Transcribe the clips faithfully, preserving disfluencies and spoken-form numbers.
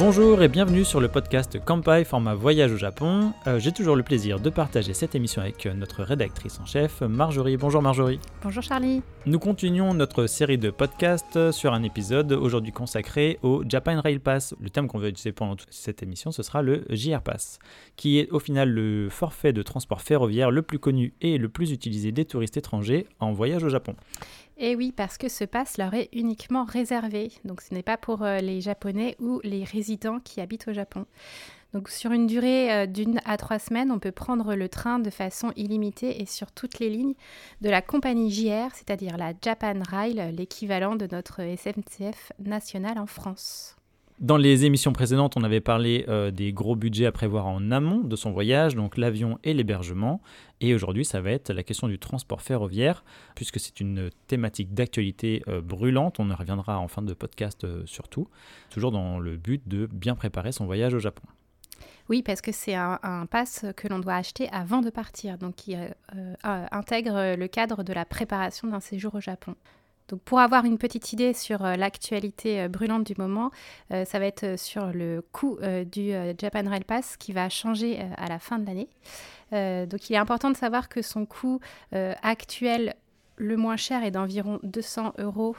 Bonjour et bienvenue sur le podcast Kampai format voyage au Japon. Euh, j'ai toujours le plaisir de partager cette émission avec notre rédactrice en chef, Marjorie. Bonjour Marjorie. Bonjour Charlie. Nous continuons notre série de podcasts sur un épisode aujourd'hui consacré au Japan Rail Pass. Le thème qu'on va utiliser pendant toute cette émission, ce sera le J R Pass, qui est au final le forfait de transport ferroviaire le plus connu et le plus utilisé des touristes étrangers en voyage au Japon. Et oui, parce que ce pass leur est uniquement réservé. Donc ce n'est pas pour euh, les Japonais ou les résidents qui habitent au Japon. Donc sur une durée euh, d'une à trois semaines, on peut prendre le train de façon illimitée et sur toutes les lignes de la compagnie J R, c'est-à-dire la Japan Rail, l'équivalent de notre S N C F national en France. Dans les émissions précédentes, on avait parlé euh, des gros budgets à prévoir en amont de son voyage, donc l'avion et l'hébergement. Et aujourd'hui, ça va être la question du transport ferroviaire, puisque c'est une thématique d'actualité euh, brûlante. On y reviendra en fin de podcast euh, surtout, toujours dans le but de bien préparer son voyage au Japon. Oui, parce que c'est un, un pass que l'on doit acheter avant de partir, donc qui euh, euh, intègre le cadre de la préparation d'un séjour au Japon. Donc pour avoir une petite idée sur euh, l'actualité euh, brûlante du moment, euh, ça va être sur le coût euh, du euh, Japan Rail Pass qui va changer euh, à la fin de l'année. Euh, donc il est important de savoir que son coût euh, actuel, le moins cher, est d'environ deux cents euros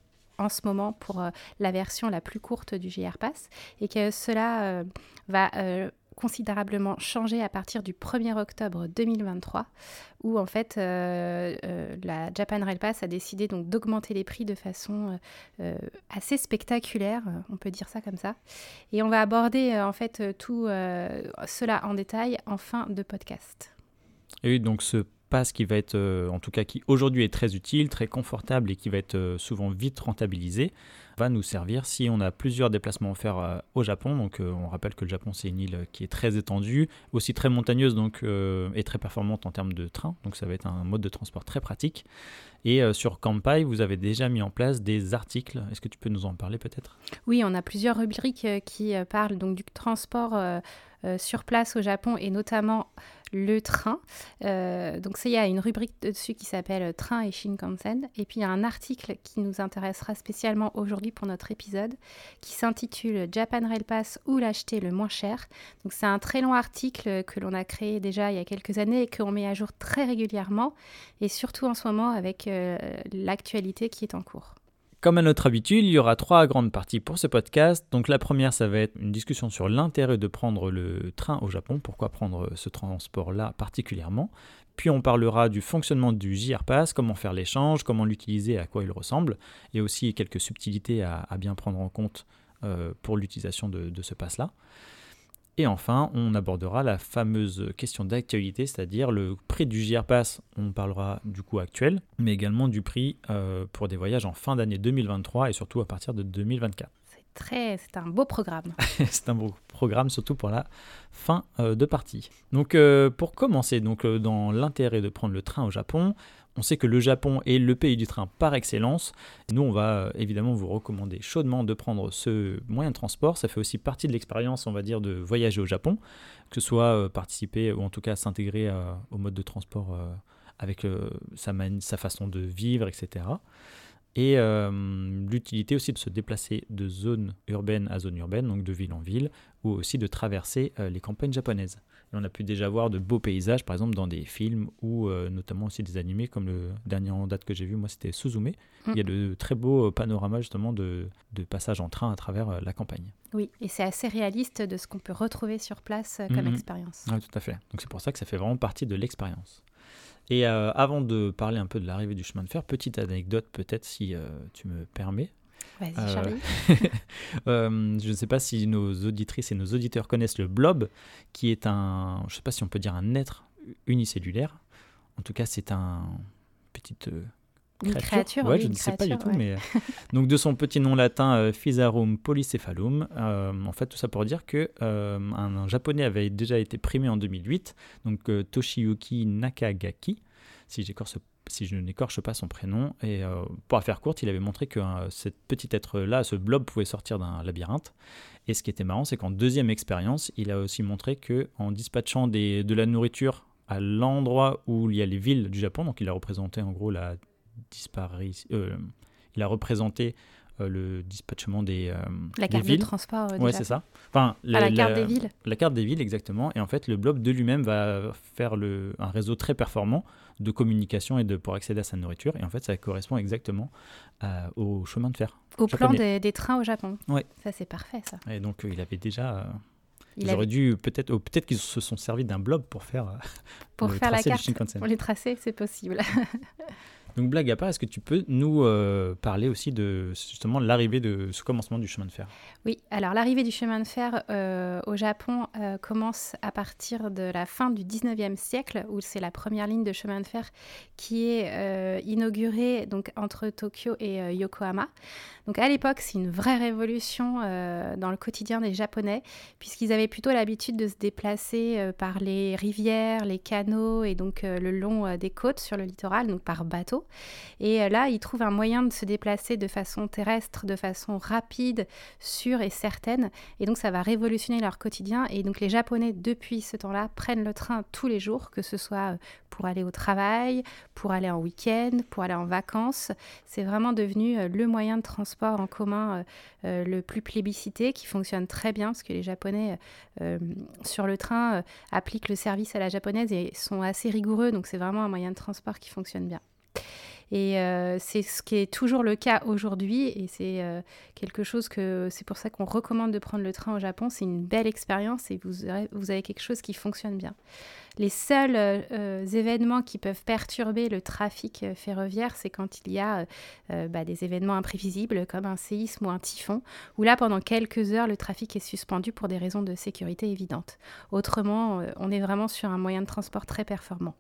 en ce moment pour euh, la version la plus courte du J R Pass et que cela euh, va euh, considérablement changer à partir du premier octobre deux mille vingt-trois où en fait euh, euh, la Japan Rail Pass a décidé donc d'augmenter les prix de façon euh, assez spectaculaire, on peut dire ça comme ça. Et on va aborder euh, en fait tout euh, cela en détail en fin de podcast. Et oui, donc ce pass qui va être, euh, en tout cas qui aujourd'hui est très utile, très confortable et qui va être euh, souvent vite rentabilisé, va nous servir si on a plusieurs déplacements à faire euh, au Japon. Donc euh, on rappelle que le Japon c'est une île qui est très étendue, aussi très montagneuse donc, euh, et très performante en termes de train, donc ça va être un mode de transport très pratique. Et euh, sur Kampai, vous avez déjà mis en place des articles. Est-ce que tu peux nous en parler peut-être ? Oui, on a plusieurs rubriques euh, qui euh, parlent donc du transport euh, euh, sur place au Japon et notamment le train. Euh, donc ça, il y a une rubrique dessus qui s'appelle Train et Shinkansen. Et puis il y a un article qui nous intéressera spécialement aujourd'hui pour notre épisode qui s'intitule Japan Rail Pass ou l'acheter le moins cher. Donc c'est un très long article que l'on a créé déjà il y a quelques années et qu'on met à jour très régulièrement et surtout en ce moment avec euh, l'actualité qui est en cours. Comme à notre habitude, il y aura trois grandes parties pour ce podcast. Donc la première, ça va être une discussion sur l'intérêt de prendre le train au Japon, pourquoi prendre ce transport-là particulièrement. Puis on parlera du fonctionnement du J R Pass, comment faire l'échange, comment l'utiliser et à quoi il ressemble, et aussi quelques subtilités à, à bien prendre en compte euh, pour l'utilisation de, de ce pass-là. Et enfin, on abordera la fameuse question d'actualité, c'est-à-dire le prix du J R Pass. On parlera du coût actuel, mais également du prix euh, pour des voyages en fin d'année deux mille vingt-trois et surtout à partir de deux mille vingt-quatre. C'est, très, c'est un beau programme. C'est un beau programme, surtout pour la fin euh, de partie. Donc euh, pour commencer, donc, euh, dans l'intérêt de prendre le train au Japon, on sait que le Japon est le pays du train par excellence. Nous, on va euh, évidemment vous recommander chaudement de prendre ce moyen de transport. Ça fait aussi partie de l'expérience, on va dire, de voyager au Japon, que ce soit euh, participer ou en tout cas s'intégrer euh, au mode de transport euh, avec euh, sa, man- sa façon de vivre, et cetera. Et euh, l'utilité aussi de se déplacer de zone urbaine à zone urbaine, donc de ville en ville, ou aussi de traverser euh, les campagnes japonaises. Et on a pu déjà voir de beaux paysages, par exemple dans des films ou euh, notamment aussi des animés, comme le dernier en date que j'ai vu, moi c'était Suzume. Mm. Il y a de très beaux panoramas justement de, de passage en train à travers euh, la campagne. Oui, et c'est assez réaliste de ce qu'on peut retrouver sur place euh, comme mm-hmm. expérience. Oui, tout à fait. Donc c'est pour ça que ça fait vraiment partie de l'expérience. Et euh, avant de parler un peu de l'arrivée du chemin de fer, petite anecdote peut-être si euh, tu me permets. Vas-y euh, Charlie. euh, je ne sais pas si nos auditrices et nos auditeurs connaissent le blob, qui est un, je ne sais pas si on peut dire un être unicellulaire. En tout cas, c'est un petite euh, créature. Une créature, ouais, oui, je une ne sais créature, pas du tout, ouais. mais donc de son petit nom latin euh, Physarum polycephalum. Euh, en fait, tout ça pour dire que euh, un, un japonais avait déjà été primé en deux mille huit, donc euh, Toshiyuki Nakagaki, si j'écorche si je n'écorche pas son prénom. Et euh, pour la faire courte, il avait montré que euh, ce petit être-là, ce blob, pouvait sortir d'un labyrinthe. Et ce qui était marrant, c'est qu'en deuxième expérience, il a aussi montré qu'en dispatchant des, de la nourriture à l'endroit où il y a les villes du Japon, donc il a représenté en gros la disparition... Euh, il a représenté euh, le dispatchement des, euh, la des carte villes. de transport. Euh, ouais, c'est ça. Enfin, la, ah, la carte des villes. La carte des villes, exactement. Et en fait, le blob de lui-même va faire le, un réseau très performant de communication et de, pour accéder à sa nourriture. Et en fait, ça correspond exactement euh, au chemin de fer. Au japonais. plan des, des trains au Japon. Ouais. Ça, c'est parfait, ça. Et donc, euh, il avait déjà... Euh, il ils avait... auraient dû... Peut-être oh, peut-être qu'ils se sont servis d'un blob pour faire, euh, pour le faire la carte. Shinkansen. Pour les tracer, c'est possible. Donc, blague à part, est-ce que tu peux nous euh, parler aussi de justement l'arrivée de ce commencement du chemin de fer ? Oui, alors l'arrivée du chemin de fer euh, au Japon euh, commence à partir de la fin du dix-neuvième siècle, où c'est la première ligne de chemin de fer qui est euh, inaugurée donc, entre Tokyo et euh, Yokohama. Donc à l'époque, c'est une vraie révolution euh, dans le quotidien des Japonais, puisqu'ils avaient plutôt l'habitude de se déplacer euh, par les rivières, les canaux et donc euh, le long euh, des côtes sur le littoral, donc par bateau. Et euh, là, ils trouvent un moyen de se déplacer de façon terrestre, de façon rapide, sûre et certaine. Et donc ça va révolutionner leur quotidien. Et donc les Japonais, depuis ce temps-là, prennent le train tous les jours, que ce soit pour aller au travail, pour aller en week-end, pour aller en vacances. C'est vraiment devenu euh, le moyen de transport en commun euh, euh, le plus plébiscité, qui fonctionne très bien, parce que les Japonais, euh, sur le train, euh, appliquent le service à la japonaise et sont assez rigoureux. Donc c'est vraiment un moyen de transport qui fonctionne bien. Et euh, c'est ce qui est toujours le cas aujourd'hui, et c'est euh, quelque chose que c'est pour ça qu'on recommande de prendre le train au Japon. C'est une belle expérience et vous aurez, vous avez quelque chose qui fonctionne bien. Les seuls euh, événements qui peuvent perturber le trafic euh, ferroviaire, c'est quand il y a euh, bah, des événements imprévisibles comme un séisme ou un typhon, où là, pendant quelques heures, le trafic est suspendu pour des raisons de sécurité évidentes. Autrement, euh, on est vraiment sur un moyen de transport très performant.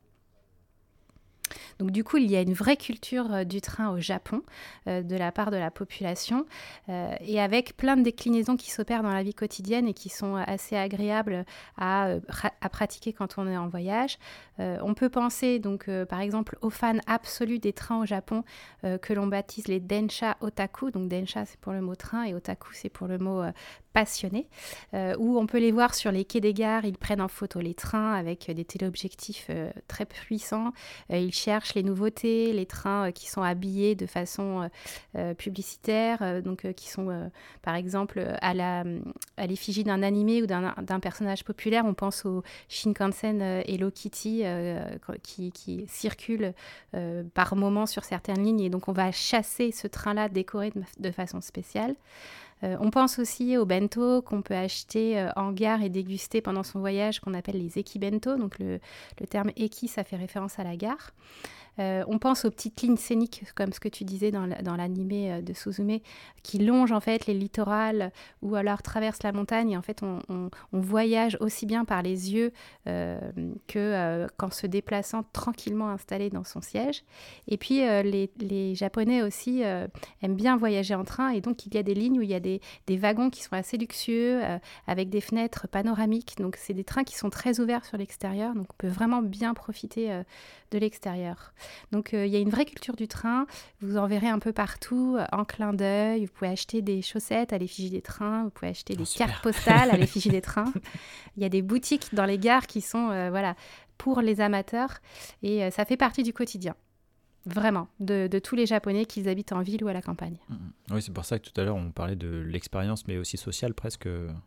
Donc du coup, il y a une vraie culture euh, du train au Japon euh, de la part de la population euh, et avec plein de déclinaisons qui s'opèrent dans la vie quotidienne et qui sont assez agréables à, à pratiquer quand on est en voyage. Euh, on peut penser donc euh, par exemple aux fans absolus des trains au Japon euh, que l'on baptise les Densha Otaku. Donc Densha c'est pour le mot train et Otaku c'est pour le mot euh, passionné, euh, où on peut les voir sur les quais des gares. Ils prennent en photo les trains avec des téléobjectifs euh, très puissants. Euh, ils cherchent les nouveautés, les trains euh, qui sont habillés de façon euh, euh, publicitaire, euh, donc euh, qui sont euh, par exemple à, la, à l'effigie d'un animé ou d'un, d'un personnage populaire. On pense au Shinkansen euh, Hello Kitty euh, qui, qui circulent euh, par moments sur certaines lignes, et donc on va chasser ce train-là décoré de, de façon spéciale. Euh, on pense aussi au bento qu'on peut acheter euh, en gare et déguster pendant son voyage, qu'on appelle les ekibento. Donc le, le terme eki, ça fait référence à la gare. Euh, on pense aux petites lignes scéniques, comme ce que tu disais dans, dans l'animé de Suzume, qui longent en fait les littorales ou alors traversent la montagne. Et en fait, on, on, on voyage aussi bien par les yeux euh, que euh, qu'en se déplaçant tranquillement installé dans son siège. Et puis, euh, les, les Japonais aussi euh, aiment bien voyager en train. Et donc, il y a des lignes où il y a des, des wagons qui sont assez luxueux, euh, avec des fenêtres panoramiques. Donc, c'est des trains qui sont très ouverts sur l'extérieur. Donc, on peut vraiment bien profiter euh, de l'extérieur. Donc, il euh, y a une vraie culture du train. Vous en verrez un peu partout, euh, en clin d'œil. Vous pouvez acheter des chaussettes à l'effigie des trains. Vous pouvez acheter oh, des super. cartes postales à l'effigie des trains. Il y a des boutiques dans les gares qui sont euh, voilà, pour les amateurs. Et euh, ça fait partie du quotidien. Vraiment, de, de tous les Japonais, qu'ils habitent en ville ou à la campagne. Mmh. Oui, c'est pour ça que tout à l'heure, on parlait de l'expérience, mais aussi sociale presque.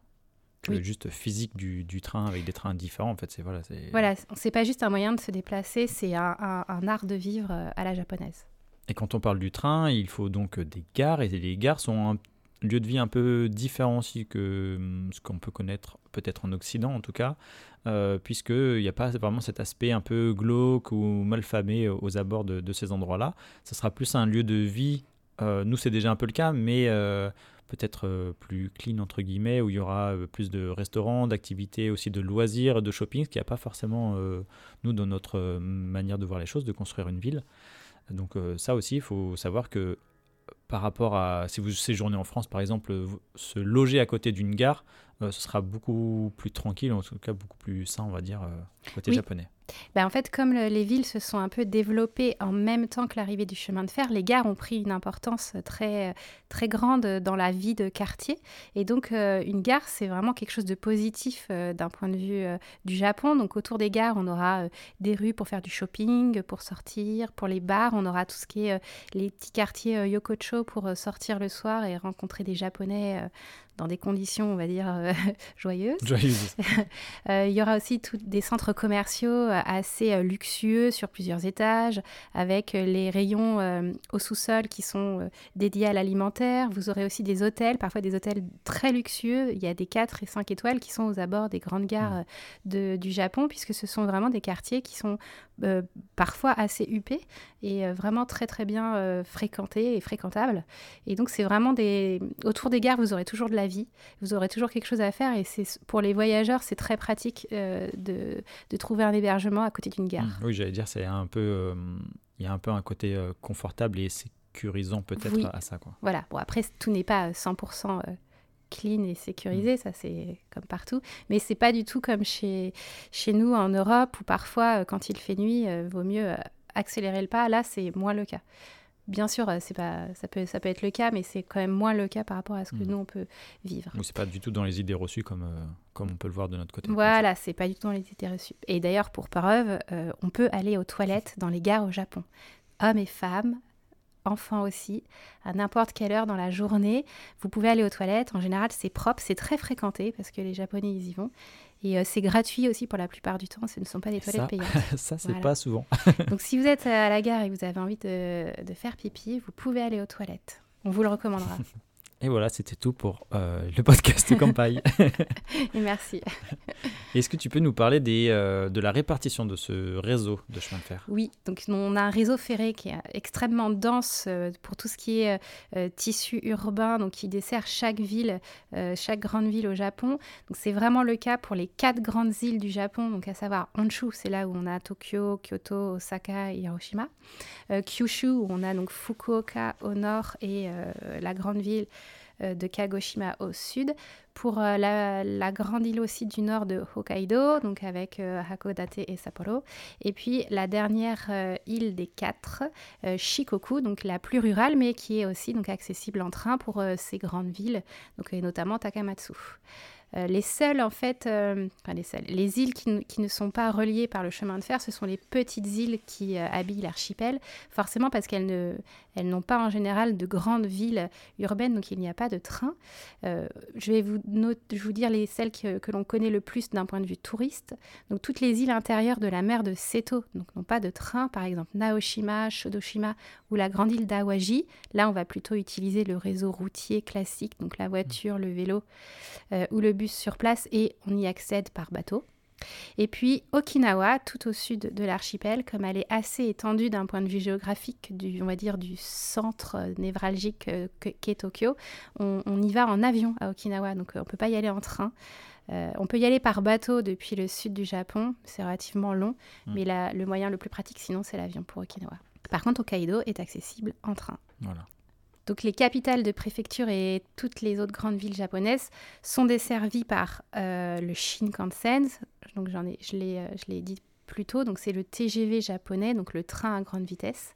Que oui. Juste physique du, du train avec des trains différents, en fait, c'est voilà, c'est. Voilà, c'est pas juste un moyen de se déplacer, c'est un, un, un art de vivre à la japonaise. Et quand on parle du train, il faut donc des gares, et les gares sont un lieu de vie un peu différent aussi que ce qu'on peut connaître peut-être en Occident en tout cas, euh, puisqu'il n'y a pas vraiment cet aspect un peu glauque ou malfamé aux abords de, de ces endroits-là. Ça sera plus un lieu de vie. Euh, nous, c'est déjà un peu le cas, mais euh, peut-être euh, plus clean, entre guillemets, où il y aura euh, plus de restaurants, d'activités, aussi de loisirs, de shopping, ce qu'il n'y a pas forcément, euh, nous, dans notre euh, manière de voir les choses, de construire une ville. Donc euh, ça aussi, il faut savoir que par rapport à, si vous séjournez en France, par exemple, vous, se loger à côté d'une gare, euh, ce sera beaucoup plus tranquille, en tout cas beaucoup plus sain, on va dire, euh, côté oui. japonais. Ben, en fait, comme le- les villes se sont un peu développées en même temps que l'arrivée du chemin de fer, les gares ont pris une importance très, très grande dans la vie de quartier. Et donc, euh, une gare, c'est vraiment quelque chose de positif euh, d'un point de vue euh, du Japon. Donc, autour des gares, on aura euh, des rues pour faire du shopping, pour sortir. Pour les bars, on aura tout ce qui est euh, les petits quartiers euh, yokocho pour euh, sortir le soir et rencontrer des Japonais euh, dans des conditions, on va dire, euh, joyeuses. Joyeuse. Euh, il y aura aussi tout- des centres commerciaux euh, assez euh, luxueux sur plusieurs étages, avec euh, les rayons euh, au sous-sol qui sont euh, dédiés à l'alimentaire. Vous aurez aussi des hôtels, parfois des hôtels très luxueux. Il y a des quatre et cinq étoiles qui sont aux abords des grandes gares euh, de- du Japon, puisque ce sont vraiment des quartiers qui sont euh, parfois assez huppés et euh, vraiment très très bien euh, fréquentés et fréquentables. Et donc c'est vraiment des... Autour des gares, vous aurez toujours de la vie, vous aurez toujours quelque chose à faire et c'est pour les voyageurs, c'est très pratique euh, de, de trouver un hébergement à côté d'une gare. Mmh, oui, j'allais dire, c'est un peu, euh, il y a un peu un côté euh, confortable et sécurisant peut-être Oui. à ça, quoi. Voilà, bon après tout n'est pas cent pour cent euh, clean et sécurisé, ça c'est comme partout, mais c'est pas du tout comme chez, chez nous en Europe où parfois euh, quand il fait nuit, euh, vaut mieux euh, accélérer le pas. Là c'est moins le cas. Bien sûr, euh, c'est pas, ça peut, ça peut être le cas, mais c'est quand même moins le cas par rapport à ce que Mhm. nous on peut vivre. Ou c'est pas du tout dans les idées reçues comme, euh, comme on peut le voir de notre côté. Voilà, c'est pas du tout dans les idées reçues. Et d'ailleurs, pour preuve, euh, on peut aller aux toilettes dans les gares au Japon. Hommes et femmes, enfants aussi, à n'importe quelle heure dans la journée, vous pouvez aller aux toilettes. En général, c'est propre, c'est très fréquenté parce que les Japonais, ils y vont. Et euh, c'est gratuit aussi pour la plupart du temps, ce ne sont pas des Et toilettes ça, payantes. ça, c'est Voilà. pas souvent. Donc si vous êtes à la gare et que vous avez envie de, de faire pipi, vous pouvez aller aux toilettes. On vous le recommandera. Et voilà, c'était tout pour euh, le podcast Kampai. Et merci. Est-ce que tu peux nous parler des, euh, de la répartition de ce réseau de chemin de fer? Oui, donc on a un réseau ferré qui est extrêmement dense euh, pour tout ce qui est euh, tissu urbain, donc qui dessert chaque ville, euh, chaque grande ville au Japon. Donc c'est vraiment le cas pour les quatre grandes îles du Japon, donc à savoir Honshu, c'est là où on a Tokyo, Kyoto, Osaka et Hiroshima. Euh, Kyushu, où on a donc Fukuoka au nord et euh, la grande ville euh, de Kagoshima au sud. Pour euh, la, la grande île aussi du nord de Hokkaido, donc avec euh, Hakodate et Sapporo. Et puis la dernière euh, île des quatre, euh, Shikoku, donc la plus rurale, mais qui est aussi donc accessible en train pour euh, ces grandes villes, donc, et notamment Takamatsu. Euh, les seules, en fait, euh, enfin les seules, les îles qui, n- qui ne sont pas reliées par le chemin de fer, ce sont les petites îles qui euh, habillent l'archipel, forcément parce qu'elles ne, elles n'ont pas en général de grandes villes urbaines, donc il n'y a pas de train. Euh, je vais vous, note, je vous dire les, celles que, que l'on connaît le plus d'un point de vue touriste. Donc toutes les îles intérieures de la mer de Seto, donc n'ont pas de train, par exemple Naoshima, Shodoshima ou la grande île d'Awaji. Là, on va plutôt utiliser le réseau routier classique, donc la voiture, le vélo euh, ou le bus sur place, et on y accède par bateau. Et puis Okinawa, tout au sud de l'archipel, comme elle est assez étendue d'un point de vue géographique, du, on va dire du centre névralgique euh, qu'est Tokyo, on, on y va en avion à Okinawa, donc euh, on ne peut pas y aller en train. Euh, on peut y aller par bateau depuis le sud du Japon, c'est relativement long, mmh. mais la, le moyen le plus pratique sinon c'est l'avion pour Okinawa. Par contre, Hokkaido est accessible en train. Voilà. Donc les capitales de préfecture et toutes les autres grandes villes japonaises sont desservies par euh, le Shinkansen. Donc j'en ai, je l'ai, euh, je l'ai dit plus tôt. Donc c'est le T G V japonais, donc le train à grande vitesse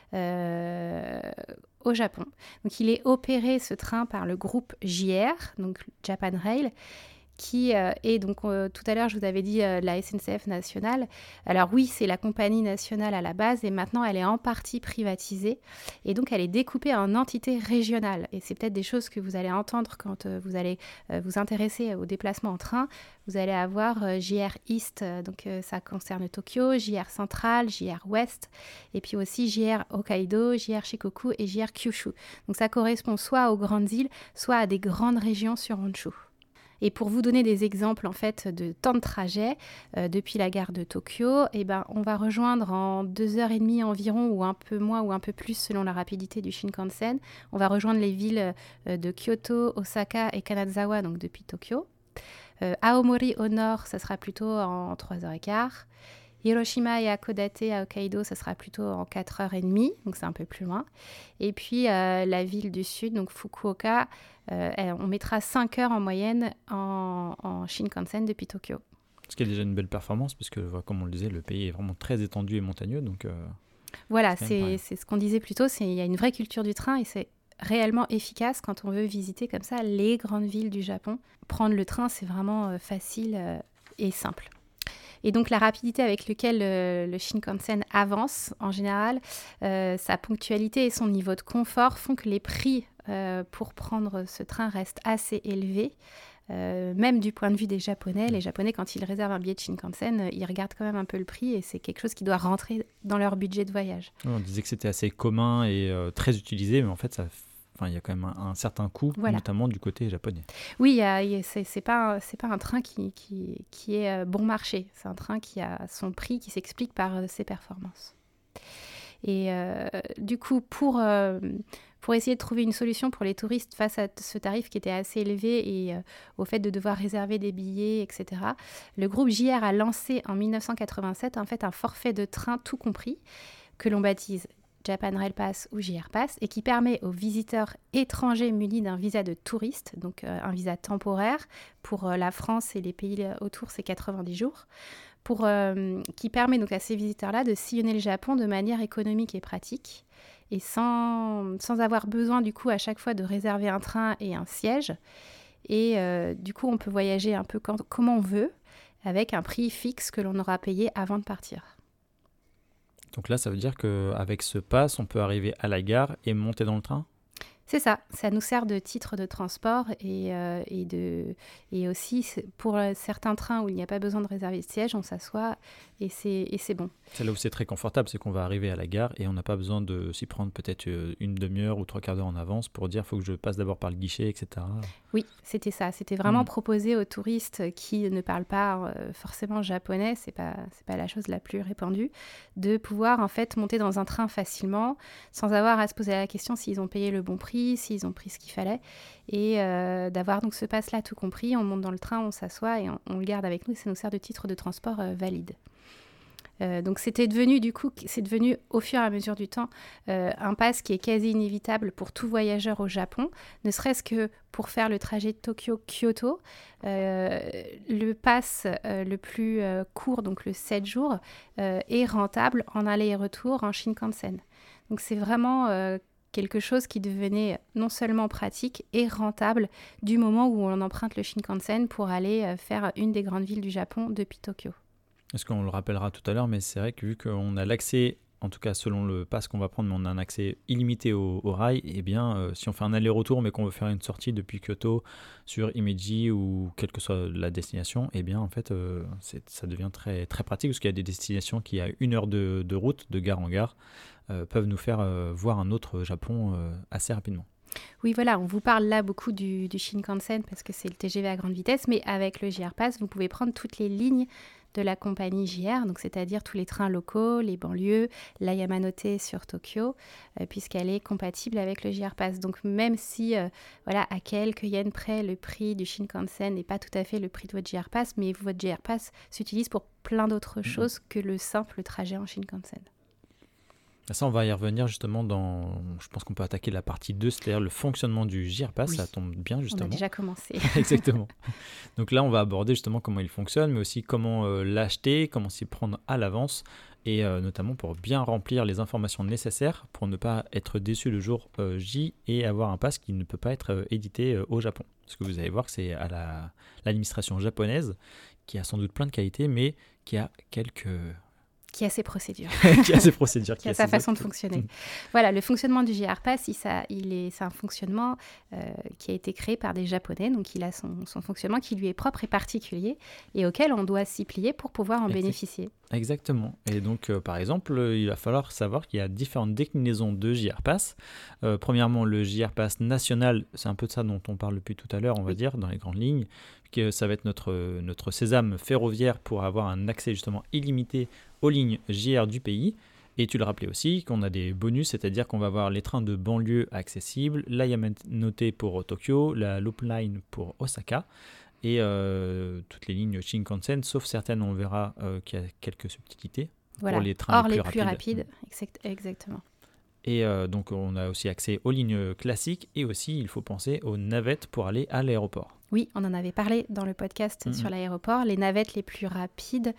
euh, au Japon. Donc il est opéré ce train par le groupe J R, donc Japan Rail, qui euh, est donc, euh, tout à l'heure, je vous avais dit euh, la S N C F nationale. Alors oui, c'est la compagnie nationale à la base et maintenant elle est en partie privatisée et donc elle est découpée en entités régionales. Et c'est peut-être des choses que vous allez entendre quand euh, vous allez euh, vous intéresser aux déplacements en train. Vous allez avoir euh, J R East, euh, donc euh, ça concerne Tokyo, J R Central, J R West, et puis aussi J R Hokkaido, J R Shikoku et J R Kyushu. Donc ça correspond soit aux grandes îles, soit à des grandes régions sur Honshu. Et pour vous donner des exemples en fait de temps de trajet euh, depuis la gare de Tokyo, eh ben, on va rejoindre en deux heures et demie environ, ou un peu moins ou un peu plus selon la rapidité du Shinkansen. On va rejoindre les villes euh, de Kyoto, Osaka et Kanazawa, donc depuis Tokyo. Euh, Aomori au nord, ça sera plutôt en trois heures quinze. Hiroshima et Hakodate à Hokkaido, ça sera plutôt en quatre heures trente, donc c'est un peu plus loin. Et puis euh, la ville du sud, donc Fukuoka, euh, on mettra cinq heures en moyenne en, en Shinkansen depuis Tokyo. Ce qui est déjà une belle performance, puisque comme on le disait, le pays est vraiment très étendu et montagneux. Donc, euh, voilà, c'est, c'est ce qu'on disait plus tôt, il y a une vraie culture du train et c'est réellement efficace quand on veut visiter comme ça les grandes villes du Japon. Prendre le train, c'est vraiment euh, facile euh, et simple. Et donc la rapidité avec laquelle euh, le Shinkansen avance, en général, euh, sa ponctualité et son niveau de confort font que les prix euh, pour prendre ce train restent assez élevés. Euh, même du point de vue des Japonais, les Japonais, quand ils réservent un billet de Shinkansen, euh, ils regardent quand même un peu le prix et c'est quelque chose qui doit rentrer dans leur budget de voyage. On disait que c'était assez commun et euh, très utilisé, mais en fait, ça... Enfin, il y a quand même un, un certain coût, voilà. Notamment du côté japonais. Oui, y a, y a, c'est, c'est pas, c'est pas un train qui, qui, qui est euh, bon marché. C'est un train qui a son prix qui s'explique par euh, ses performances. Et euh, du coup, pour, euh, pour essayer de trouver une solution pour les touristes face à ce tarif qui était assez élevé et euh, au fait de devoir réserver des billets, et cetera, le groupe J R a lancé en dix-neuf cent quatre-vingt-sept en fait, un forfait de train tout compris que l'on baptise Japan Rail Pass ou J R Pass, et qui permet aux visiteurs étrangers munis d'un visa de touriste, donc euh, un visa temporaire, pour euh, la France et les pays autour, c'est quatre-vingt-dix jours, pour, euh, qui permet donc à ces visiteurs-là de sillonner le Japon de manière économique et pratique, et sans, sans avoir besoin du coup à chaque fois de réserver un train et un siège. Et euh, du coup, on peut voyager un peu quand, comme on veut, avec un prix fixe que l'on aura payé avant de partir. Donc là, ça veut dire qu'avec ce pass, on peut arriver à la gare et monter dans le train ? C'est ça, ça nous sert de titre de transport et, euh, et, de, et aussi pour certains trains où il n'y a pas besoin de réserver de siège, on s'assoit et c'est, et c'est bon. C'est là où c'est très confortable, c'est qu'on va arriver à la gare et on n'a pas besoin de s'y prendre peut-être une demi-heure ou trois quarts d'heure en avance pour dire qu'il faut que je passe d'abord par le guichet, et cetera. Oui, c'était ça. C'était vraiment mmh. proposé aux touristes qui ne parlent pas euh, forcément japonais, c'est pas, c'est pas la chose la plus répandue, de pouvoir en fait monter dans un train facilement sans avoir à se poser la question s'ils ont payé le bon prix, s'ils ont pris ce qu'il fallait, et euh, d'avoir donc ce pass-là tout compris. On monte dans le train, on s'assoit et on, on le garde avec nous et ça nous sert de titre de transport euh, valide. Euh, donc c'était devenu du coup, c'est devenu au fur et à mesure du temps euh, un pass qui est quasi inévitable pour tout voyageur au Japon, ne serait-ce que pour faire le trajet Tokyo-Kyoto. Euh, le pass euh, le plus euh, court, donc le sept jours, euh, est rentable en aller et retour en Shinkansen. Donc c'est vraiment euh, quelque chose qui devenait non seulement pratique et rentable du moment où on emprunte le Shinkansen pour aller euh, faire une des grandes villes du Japon depuis Tokyo. Est-ce qu'on le rappellera tout à l'heure, mais c'est vrai que vu qu'on a l'accès, en tout cas selon le pass qu'on va prendre, mais on a un accès illimité au, au rail, et eh bien euh, si on fait un aller-retour mais qu'on veut faire une sortie depuis Kyoto sur Himeji ou quelle que soit la destination, et eh bien en fait euh, c'est, ça devient très, très pratique parce qu'il y a des destinations qui à une heure de, de route, de gare en gare, euh, peuvent nous faire euh, voir un autre Japon euh, assez rapidement. Oui, voilà, on vous parle là beaucoup du, du Shinkansen parce que c'est le T G V à grande vitesse, mais avec le J R Pass, vous pouvez prendre toutes les lignes de la compagnie J R, donc c'est-à-dire tous les trains locaux, les banlieues, la Yamanote sur Tokyo, euh, puisqu'elle est compatible avec le J R Pass. Donc même si, euh, voilà, à quelques yens près, le prix du Shinkansen n'est pas tout à fait le prix de votre J R Pass, mais votre J R Pass s'utilise pour plein d'autres mmh. choses que le simple trajet en Shinkansen. Ça, on va y revenir justement dans... Je pense qu'on peut attaquer la partie deux, c'est-à-dire le fonctionnement du J R Pass. Oui. Ça tombe bien justement. On a déjà commencé. Exactement. Donc là, on va aborder justement comment il fonctionne, mais aussi comment euh, l'acheter, comment s'y prendre à l'avance, et euh, notamment pour bien remplir les informations nécessaires pour ne pas être déçu le jour euh, J et avoir un pass qui ne peut pas être euh, édité euh, au Japon. Parce que vous allez voir que c'est à la... l'administration japonaise qui a sans doute plein de qualités, mais qui a quelques... Qui a ses procédures. qui a ses procédures. qui, qui a, a sa façon autres... de fonctionner. Voilà, le fonctionnement du J R Pass, il, ça, il est, c'est un fonctionnement euh, qui a été créé par des Japonais, donc il a son, son fonctionnement qui lui est propre et particulier, et auquel on doit s'y plier pour pouvoir en exact. bénéficier. Exactement. Et donc, euh, par exemple, euh, il va falloir savoir qu'il y a différentes déclinaisons de J R Pass. Euh, premièrement, le J R Pass national, c'est un peu de ça dont on parle depuis tout à l'heure, on va oui. dire, dans les grandes lignes, que ça va être notre, notre sésame ferroviaire pour avoir un accès justement illimité aux lignes J R du pays. Et tu le rappelais aussi qu'on a des bonus, c'est-à-dire qu'on va avoir les trains de banlieue accessibles, la Yamanote pour Tokyo, la Loop Line pour Osaka, et euh, toutes les lignes Shinkansen, sauf certaines, on verra euh, qu'il y a quelques subtilités voilà. pour les trains Or, les les plus plus rapides. rapides. Exact, exactement. Et euh, donc, on a aussi accès aux lignes classiques, et aussi, il faut penser aux navettes pour aller à l'aéroport. Oui, on en avait parlé dans le podcast Mmh. sur l'aéroport. Les navettes les plus rapides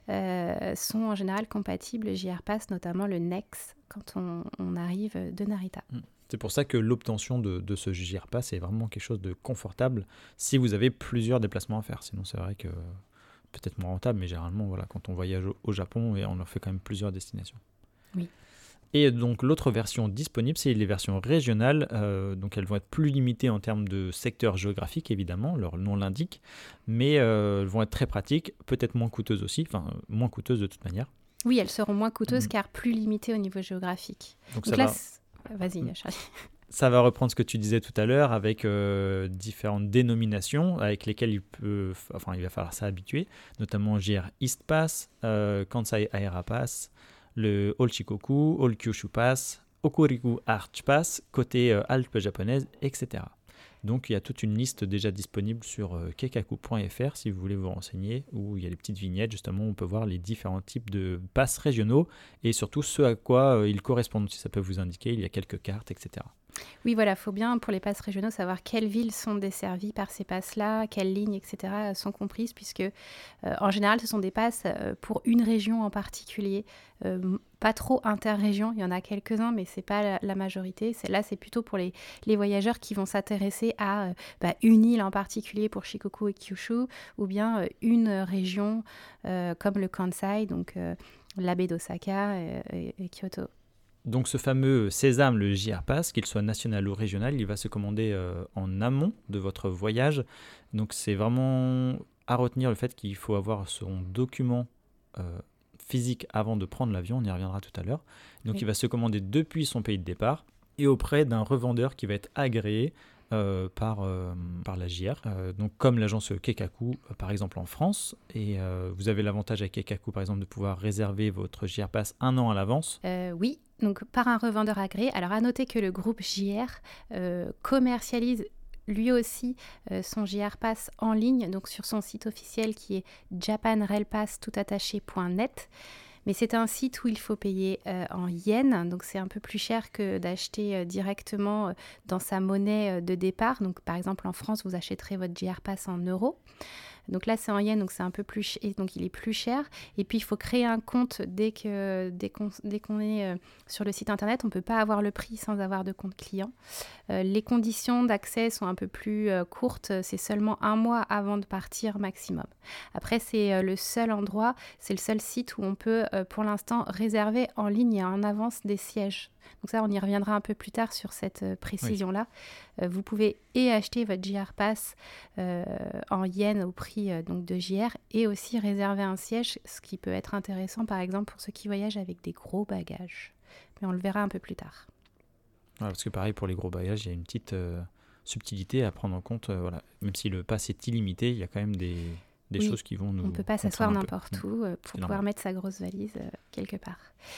euh, sont en général compatibles J R Pass, notamment le Nex, quand on, on arrive de Narita. Mmh. C'est pour ça que l'obtention de, de ce J R Pass est vraiment quelque chose de confortable si vous avez plusieurs déplacements à faire. Sinon, c'est vrai que peut-être moins rentable, mais généralement, voilà, quand on voyage au, au Japon, et on en fait quand même plusieurs destinations. Oui. Et donc l'autre version disponible, c'est les versions régionales. Euh, donc elles vont être plus limitées en termes de secteur géographique, évidemment, leur nom l'indique, mais euh, elles vont être très pratiques, peut-être moins coûteuses aussi, enfin moins coûteuses de toute manière. Oui, elles seront moins coûteuses Mmh. car plus limitées au niveau géographique. Donc, Donc ça là, va... c'est- vas-y, Mmh. Charlie. Ça va reprendre ce que tu disais tout à l'heure avec euh, différentes dénominations avec lesquelles il, peut, enfin, il va falloir s'habituer, notamment J R East Pass, euh, Kansai Aira Pass, le All Shikoku, All Kyushu Pass, Hokuriku Arch Pass, côté euh, Alpes japonaises, et cetera. Donc il y a toute une liste déjà disponible sur euh, keikaku point f r si vous voulez vous renseigner, où il y a les petites vignettes justement où on peut voir les différents types de passes régionaux et surtout ce à quoi euh, ils correspondent, si ça peut vous indiquer, il y a quelques cartes, et cetera. Oui, voilà, il faut bien, pour les passes régionaux, savoir quelles villes sont desservies par ces passes-là, quelles lignes, et cetera sont comprises, puisque euh, en général, ce sont des passes euh, pour une région en particulier, euh, pas trop interrégion, il y en a quelques-uns, mais ce n'est pas la, la majorité. C'est, là, c'est plutôt pour les, les voyageurs qui vont s'intéresser à euh, bah, une île en particulier pour Shikoku et Kyushu, ou bien euh, une région euh, comme le Kansai, donc euh, la baie d'Osaka et, et, et Kyoto. Donc ce fameux sésame, le J R Pass, qu'il soit national ou régional, il va se commander euh, en amont de votre voyage. Donc c'est vraiment à retenir le fait qu'il faut avoir son document euh, physique avant de prendre l'avion, on y reviendra tout à l'heure. Donc oui. Il va se commander depuis son pays de départ et auprès d'un revendeur qui va être agréé euh, par, euh, par la J R, euh, donc comme l'agence Keikaku euh, par exemple en France. Et euh, vous avez l'avantage avec Keikaku par exemple de pouvoir réserver votre J R Pass un an à l'avance. Euh, oui. Donc, par un revendeur agréé. Alors, à noter que le groupe J R euh, commercialise lui aussi euh, son J R Pass en ligne, donc sur son site officiel qui est japan rail pass tout attaché point net. Mais c'est un site où il faut payer euh, en yens, donc c'est un peu plus cher que d'acheter euh, directement euh, dans sa monnaie euh, de départ. Donc, par exemple, en France, vous achèterez votre J R Pass en euros. Donc là, c'est en yens, donc c'est un peu plus ch- et donc il est plus cher. Et puis, il faut créer un compte dès, que, dès, qu'on, dès qu'on est euh, sur le site internet. On ne peut pas avoir le prix sans avoir de compte client. Euh, les conditions d'accès sont un peu plus euh, courtes. C'est seulement un mois avant de partir maximum. Après, c'est euh, le seul endroit, c'est le seul site où on peut, euh, pour l'instant, réserver en ligne et en avance des sièges. Donc ça, on y reviendra un peu plus tard sur cette euh, précision-là. Oui. Euh, vous pouvez et acheter votre J R Pass euh, en yens au prix euh, donc de J R et aussi réserver un siège, ce qui peut être intéressant par exemple pour ceux qui voyagent avec des gros bagages. Mais on le verra un peu plus tard. Ouais, parce que pareil, pour les gros bagages, il y a une petite euh, subtilité à prendre en compte. Euh, voilà. Même si le pass est illimité, il y a quand même des... des oui, choses qui vont nous... On ne peut pas s'asseoir n'importe peu. où euh, pour pouvoir normal. mettre sa grosse valise euh, quelque part.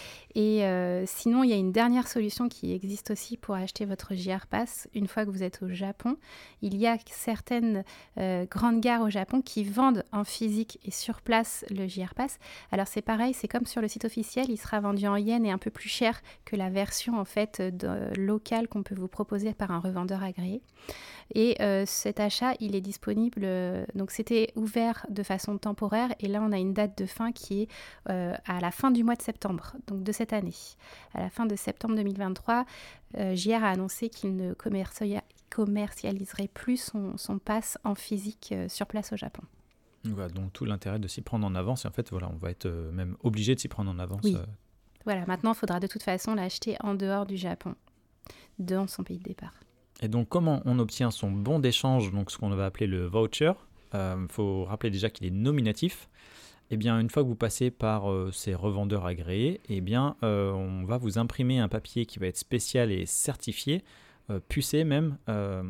Et euh, sinon, il y a une dernière solution qui existe aussi pour acheter votre J R Pass une fois que vous êtes au Japon. Il y a certaines euh, grandes gares au Japon qui vendent en physique et sur place le J R Pass. Alors c'est pareil, c'est comme sur le site officiel, il sera vendu en yens et un peu plus cher que la version en fait de, locale qu'on peut vous proposer par un revendeur agréé. Et euh, cet achat, il est disponible, euh, donc c'était ouvert de façon temporaire et là on a une date de fin qui est euh, à la fin du mois de septembre, donc de cette année. À la fin de septembre deux mille vingt-trois, euh, J R a annoncé qu'il ne commercia- commercialiserait plus son, son pass en physique euh, sur place au Japon. Voilà, donc tout l'intérêt de s'y prendre en avance et en fait voilà, on va être euh, même obligé de s'y prendre en avance. Oui. Euh... Voilà, maintenant il faudra de toute façon l'acheter en dehors du Japon, dans son pays de départ. Et donc, comment on obtient son bon d'échange, donc ce qu'on va appeler le voucher ? Il euh, faut rappeler déjà qu'il est nominatif. Eh bien, une fois que vous passez par euh, ces revendeurs agréés, eh bien, euh, on va vous imprimer un papier qui va être spécial et certifié, euh, pucé même, euh,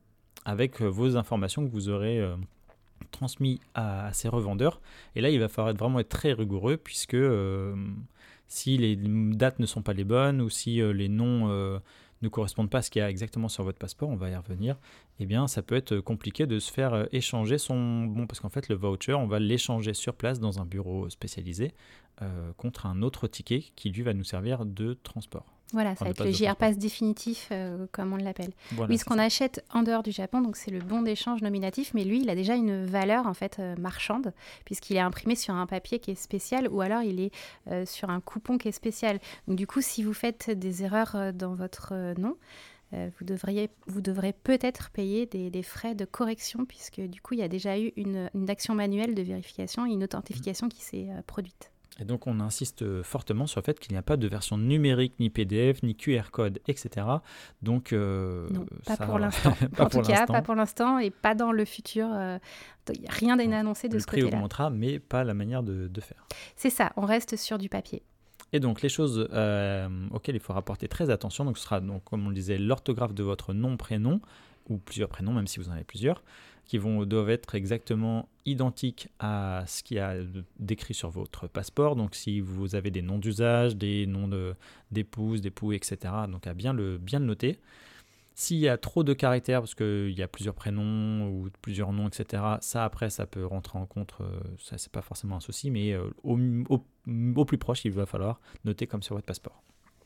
avec vos informations que vous aurez euh, transmises à, à ces revendeurs. Et là, il va falloir être, vraiment être très rigoureux, puisque euh, si les dates ne sont pas les bonnes, ou si euh, les noms... Euh, ne correspondent pas à ce qu'il y a exactement sur votre passeport, on va y revenir, eh bien ça peut être compliqué de se faire échanger son bon, parce qu'en fait le voucher, on va l'échanger sur place dans un bureau spécialisé euh, contre un autre ticket qui lui va nous servir de transport. Voilà, ça enfin, va de être passe le de J R passeport. Pass définitif, euh, comme on l'appelle. Voilà, Oui, c'est ce qu'on ça. achète en dehors du Japon, donc c'est le bon d'échange nominatif, mais lui, il a déjà une valeur en fait euh, marchande, puisqu'il est imprimé sur un papier qui est spécial, ou alors il est euh, sur un coupon qui est spécial. Donc du coup, si vous faites des erreurs euh, dans votre euh, nom, euh, vous, devriez, vous devrez peut-être payer des, des frais de correction, puisque du coup, il y a déjà eu une, une action manuelle de vérification et une authentification qui s'est euh, produite. Et donc, on insiste fortement sur le fait qu'il n'y a pas de version numérique, ni P D F, ni Q R code, et cetera. Donc, euh, Non, pas ça... pour l'instant. pas en pour tout cas, l'instant. pas pour l'instant et pas dans le futur. Euh, y a rien n'est annoncé de le ce prix côté-là. augmentera, mais pas la manière de, de faire. C'est ça, on reste sur du papier. Et donc, les choses euh, auxquelles il faudra porter très attention, donc ce sera, donc, comme on le disait, l'orthographe de votre nom, prénom, ou plusieurs prénoms, même si vous en avez plusieurs, qui vont, doivent être exactement identiques à ce qu'il y a décrit sur votre passeport. Donc, si vous avez des noms d'usage, des noms de, d'épouse, d'époux, et cetera, donc à bien le, bien le noter. S'il y a trop de caractères, parce qu'il y a plusieurs prénoms ou plusieurs noms, et cetera, ça, après, ça peut rentrer en compte. Euh, ça, c'est pas forcément un souci, mais euh, au, au, au plus proche, il va falloir noter comme sur votre passeport.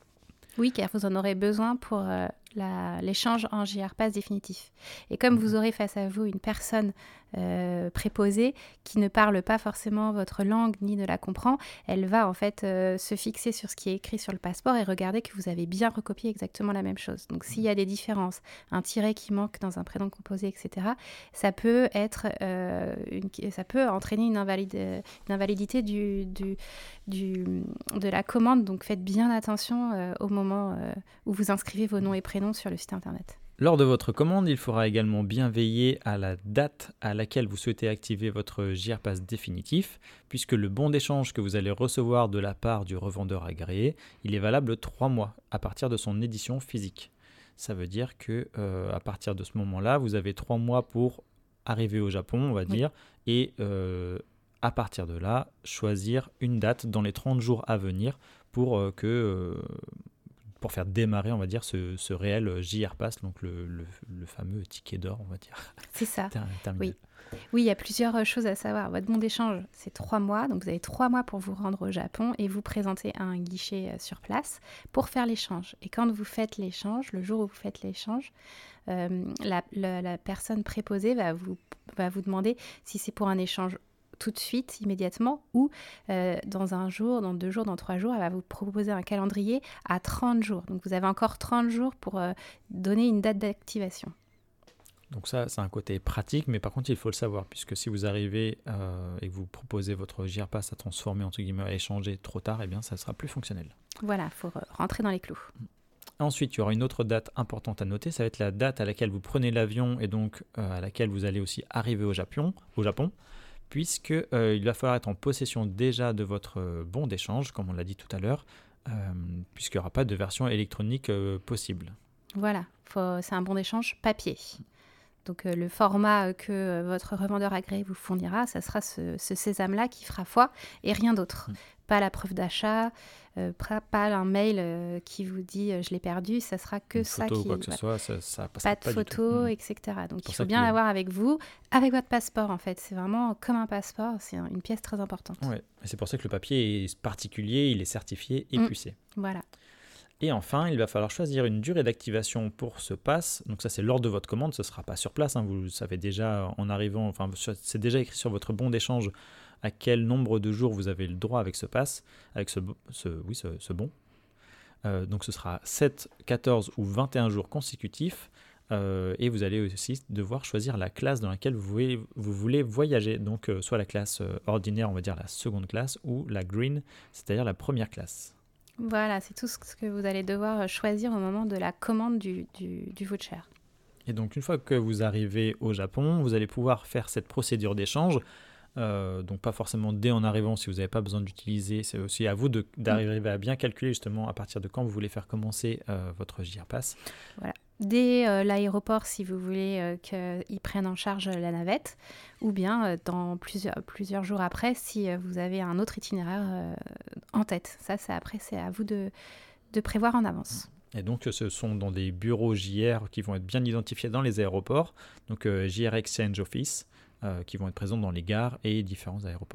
Oui, car vous en aurez besoin pour euh, la, l'échange en J R Pass définitif. Et comme vous aurez face à vous une personne euh, préposée qui ne parle pas forcément votre langue ni ne la comprend, elle va en fait euh, se fixer sur ce qui est écrit sur le passeport et regarder que vous avez bien recopié exactement la même chose. Donc s'il y a des différences, un tiret qui manque dans un prénom composé, et cetera, ça peut être, euh, une, ça peut entraîner une, invalide, une invalidité du, du, du, de la commande. Donc faites bien attention euh, au moment euh, où vous inscrivez vos noms et prénoms sur le site internet. Lors de votre commande, il faudra également bien veiller à la date à laquelle vous souhaitez activer votre J R Pass définitif, puisque le bon d'échange que vous allez recevoir de la part du revendeur agréé, il est valable trois mois à partir de son édition physique. Ça veut dire que euh, à partir de ce moment-là, vous avez trois mois pour arriver au Japon, on va Oui. dire, et euh, à partir de là, choisir une date dans les trente jours à venir pour euh, que... Euh, pour faire démarrer, on va dire, ce, ce réel J R Pass, donc le, le, le fameux ticket d'or, on va dire. C'est ça. Terminé. Oui. Oui, il y a plusieurs choses à savoir. Votre bon d'échange, c'est trois mois. Donc, vous avez trois mois pour vous rendre au Japon et vous présenter à un guichet sur place pour faire l'échange. Et quand vous faites l'échange, le jour où vous faites l'échange, euh, la, la, la personne préposée va vous, va vous demander si c'est pour un échange tout de suite, immédiatement, ou euh, dans un jour, dans deux jours, dans trois jours, elle va vous proposer un calendrier à trente jours. Donc, vous avez encore trente jours pour euh, donner une date d'activation. Donc ça, c'est un côté pratique, mais par contre, il faut le savoir, puisque si vous arrivez euh, et que vous proposez votre J R Pass à transformer, entre guillemets, à échanger trop tard, eh bien, ça ne sera plus fonctionnel. Voilà, il faut rentrer dans les clous. Ensuite, il y aura une autre date importante à noter, ça va être la date à laquelle vous prenez l'avion et donc euh, à laquelle vous allez aussi arriver au Japon, au Japon puisqu'il euh, va falloir être en possession déjà de votre euh, bon d'échange, comme on l'a dit tout à l'heure, euh, puisqu'il n'y aura pas de version électronique euh, possible. Voilà, faut, c'est un bon d'échange papier. Donc euh, le format que euh, votre revendeur agréé vous fournira, ça sera ce, ce sésame-là qui fera foi et rien d'autre. Mmh. Pas la preuve d'achat, euh, pas un mail euh, qui vous dit euh, je l'ai perdu, ça sera que une ça photo qui... Quoi que ce soit, ça, ça passera pas de pas photos, mmh. et cetera. Donc pour il faut bien que... l'avoir avec vous, avec votre passeport en fait. C'est vraiment comme un passeport, c'est une pièce très importante. Ouais. Et c'est pour ça que le papier est particulier, il est certifié et mmh. pucé. Voilà. Et enfin, il va falloir choisir une durée d'activation pour ce pass. Donc ça, c'est lors de votre commande, ce ne sera pas sur place. Hein. Vous le savez déjà en arrivant, enfin, c'est déjà écrit sur votre bon d'échange à quel nombre de jours vous avez le droit avec ce pass, avec ce, ce, oui, ce, ce bon. Euh, donc ce sera sept, quatorze ou vingt et un jours consécutifs. Euh, et vous allez aussi devoir choisir la classe dans laquelle vous voulez, vous voulez voyager. Donc euh, soit la classe euh, ordinaire, on va dire la seconde classe, ou la green, c'est-à-dire la première classe. Voilà, c'est tout ce que vous allez devoir choisir au moment de la commande du, du, du voucher. Et donc, une fois que vous arrivez au Japon, vous allez pouvoir faire cette procédure d'échange. Euh, donc, pas forcément dès en arrivant si vous n'avez pas besoin d'utiliser. C'est aussi à vous de, d'arriver à bien calculer justement à partir de quand vous voulez faire commencer euh, votre J R Pass. Voilà. Dès euh, l'aéroport, si vous voulez euh, qu'ils prennent en charge la navette, ou bien euh, dans plusieurs, plusieurs jours après, si euh, vous avez un autre itinéraire euh, en tête. Ça, c'est après, c'est à vous de, de prévoir en avance. Et donc, ce sont dans des bureaux J R qui vont être bien identifiés dans les aéroports, donc euh, J R Exchange Office, euh, qui vont être présents dans les gares et différents aéroports.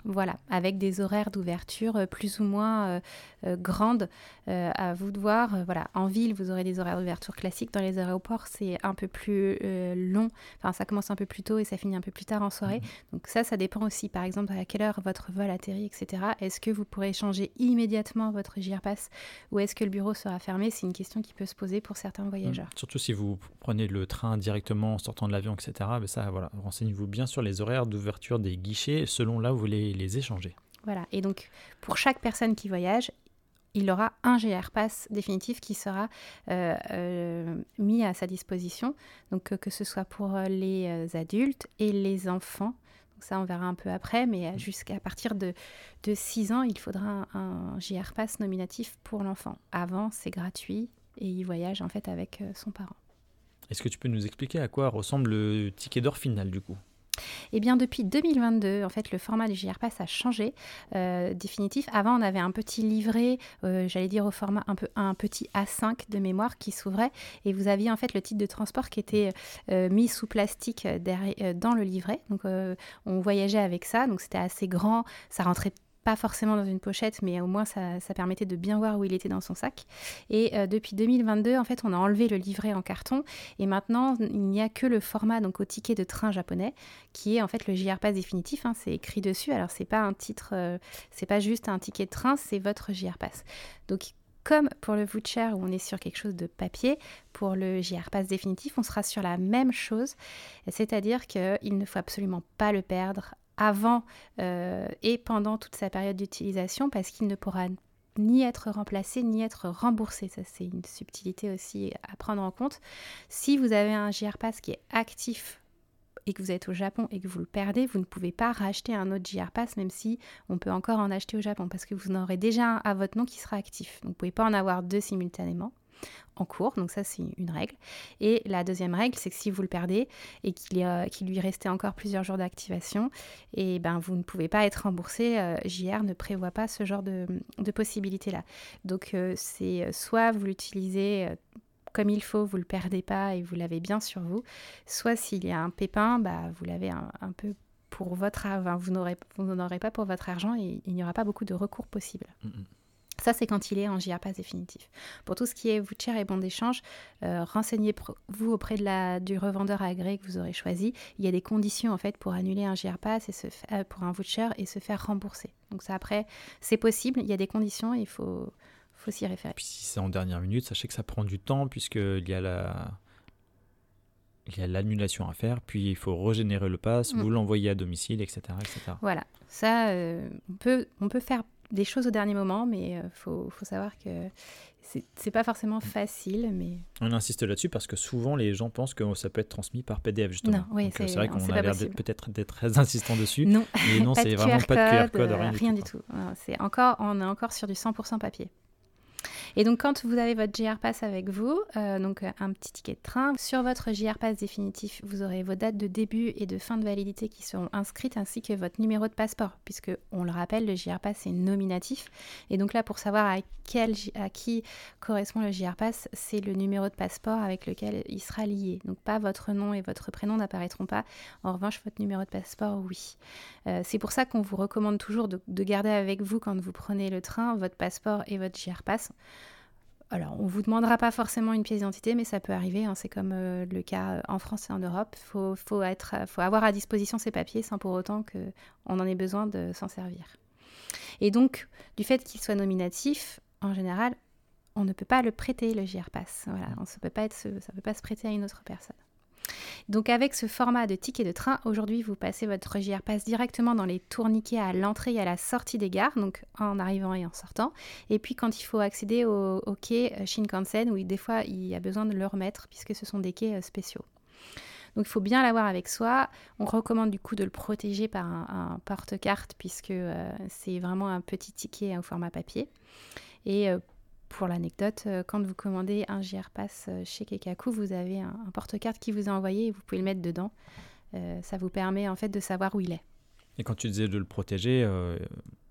Voilà, avec des horaires d'ouverture euh, plus ou moins euh, euh, grandes. Euh, à vous de voir. Euh, voilà, en ville, vous aurez des horaires d'ouverture classiques. Dans les aéroports, c'est un peu plus euh, long. Enfin, ça commence un peu plus tôt et ça finit un peu plus tard en soirée. Mmh. Donc ça, ça dépend aussi. Par exemple, à quelle heure votre vol atterrit, et cetera. Est-ce que vous pourrez changer immédiatement votre J R Pass ou est-ce que le bureau sera fermé? C'est une question qui peut se poser pour certains voyageurs. Mmh. Surtout si vous prenez le train directement en sortant de l'avion, et cetera. Mais ça, voilà, renseignez-vous bien sur les horaires d'ouverture des guichets selon là où vous les, les échangez. Voilà, et donc pour chaque personne qui voyage, il aura un J R Pass définitif qui sera euh, euh, mis à sa disposition, donc euh, que ce soit pour les euh, adultes et les enfants. Donc ça, on verra un peu après, mais jusqu'à partir de, de six ans, il faudra un, un J R Pass nominatif pour l'enfant. Avant, c'est gratuit et il voyage en fait avec euh, son parent. Est-ce que tu peux nous expliquer à quoi ressemble le ticket d'or final du coup ? Eh bien, depuis deux mille vingt-deux, en fait, le format du J R Pass a changé, euh, définitif. Avant, on avait un petit livret, euh, j'allais dire au format un peu un petit A cinq de mémoire qui s'ouvrait, et vous aviez en fait le titre de transport qui était euh, mis sous plastique derrière, euh, dans le livret. Donc, euh, on voyageait avec ça, donc c'était assez grand, ça rentrait pas forcément dans une pochette, mais au moins ça, ça permettait de bien voir où il était dans son sac. Et euh, depuis deux mille vingt-deux, en fait, on a enlevé le livret en carton et maintenant, il n'y a que le format donc au ticket de train japonais qui est en fait le J R Pass définitif. Hein, c'est écrit dessus. Alors, c'est pas un titre, euh, c'est pas juste un ticket de train, c'est votre J R Pass. Donc, comme pour le voucher où on est sur quelque chose de papier, pour le J R Pass définitif, on sera sur la même chose. C'est-à-dire qu'il ne faut absolument pas le perdre avant euh, et pendant toute sa période d'utilisation parce qu'il ne pourra ni être remplacé ni être remboursé. Ça, c'est une subtilité aussi à prendre en compte. Si vous avez un J R Pass qui est actif et que vous êtes au Japon et que vous le perdez, vous ne pouvez pas racheter un autre J R Pass, même si on peut encore en acheter au Japon parce que vous en aurez déjà un à votre nom qui sera actif. Donc, vous ne pouvez pas en avoir deux simultanément en cours, donc ça c'est une règle. Et la deuxième règle, c'est que si vous le perdez et qu'il, y a, qu'il lui restait encore plusieurs jours d'activation, et ben vous ne pouvez pas être remboursé. euh, J R ne prévoit pas ce genre de, de possibilité-là. Donc euh, c'est soit vous l'utilisez euh, comme il faut, vous ne le perdez pas et vous l'avez bien sur vous, soit s'il y a un pépin, bah, vous l'avez un, un peu pour votre argent, vous n'aurez, vous n'en aurez pas pour votre argent et il n'y aura pas beaucoup de recours possibles. Mm-hmm. Ça, c'est quand il est en J R Pass définitif. Pour tout ce qui est voucher et bon d'échange, euh, renseignez-vous auprès de la, du revendeur agréé que vous aurez choisi. Il y a des conditions en fait pour annuler un J R Pass et se fa- euh, pour un voucher et se faire rembourser. Donc ça, après, c'est possible. Il y a des conditions et il faut, faut s'y référer. Puis si c'est en dernière minute, sachez que ça prend du temps puisqu'il y a la... il y a l'annulation à faire, puis il faut régénérer le pass, mmh. vous l'envoyer à domicile, et cetera et cetera. Voilà, ça, euh, on, peut, on peut faire des choses au dernier moment, mais il euh, faut, faut savoir que c'est, c'est pas forcément facile. Mais... On insiste là-dessus parce que souvent les gens pensent que ça peut être transmis par P D F, justement. Non, oui, donc, c'est, c'est vrai qu'on c'est a l'air d'être, peut-être d'être très insistant dessus, non, mais non, c'est vraiment pas de Q R code, rien, rien du tout. tout. Du tout. C'est encore, on est encore sur du cent pour cent papier. Et donc, quand vous avez votre J R Pass avec vous, euh, donc un petit ticket de train, sur votre J R Pass définitif, vous aurez vos dates de début et de fin de validité qui seront inscrites, ainsi que votre numéro de passeport, puisque, on le rappelle, le J R Pass est nominatif. Et donc là, pour savoir à, quel, à qui correspond le J R Pass, c'est le numéro de passeport avec lequel il sera lié. Donc, pas votre nom et votre prénom n'apparaîtront pas. En revanche, votre numéro de passeport, oui. Euh, c'est pour ça qu'on vous recommande toujours de, de garder avec vous, quand vous prenez le train, votre passeport et votre J R Pass. Alors, on ne vous demandera pas forcément une pièce d'identité, mais ça peut arriver, hein, c'est comme euh, le cas en France et en Europe. Il faut, faut, être, faut avoir à disposition ces papiers sans pour autant qu'on en ait besoin de s'en servir. Et donc, du fait qu'il soit nominatif, en général, on ne peut pas le prêter, le J R Pass. Voilà, on ne peut pas être, ça ne peut pas se prêter à une autre personne. Donc avec ce format de ticket de train, aujourd'hui vous passez votre J R Pass directement dans les tourniquets à l'entrée et à la sortie des gares, donc en arrivant et en sortant. Et puis quand il faut accéder au, au quai Shinkansen, où des fois il y a besoin de le remettre puisque ce sont des quais spéciaux. Donc il faut bien l'avoir avec soi. On recommande du coup de le protéger par un, un porte-carte puisque euh, c'est vraiment un petit ticket au format papier. Et euh, pour l'anecdote, quand vous commandez un J R Pass chez Keikaku, vous avez un, un porte-carte qui vous est envoyé et vous pouvez le mettre dedans. Euh, ça vous permet en fait de savoir où il est. Et quand tu disais de le protéger, euh,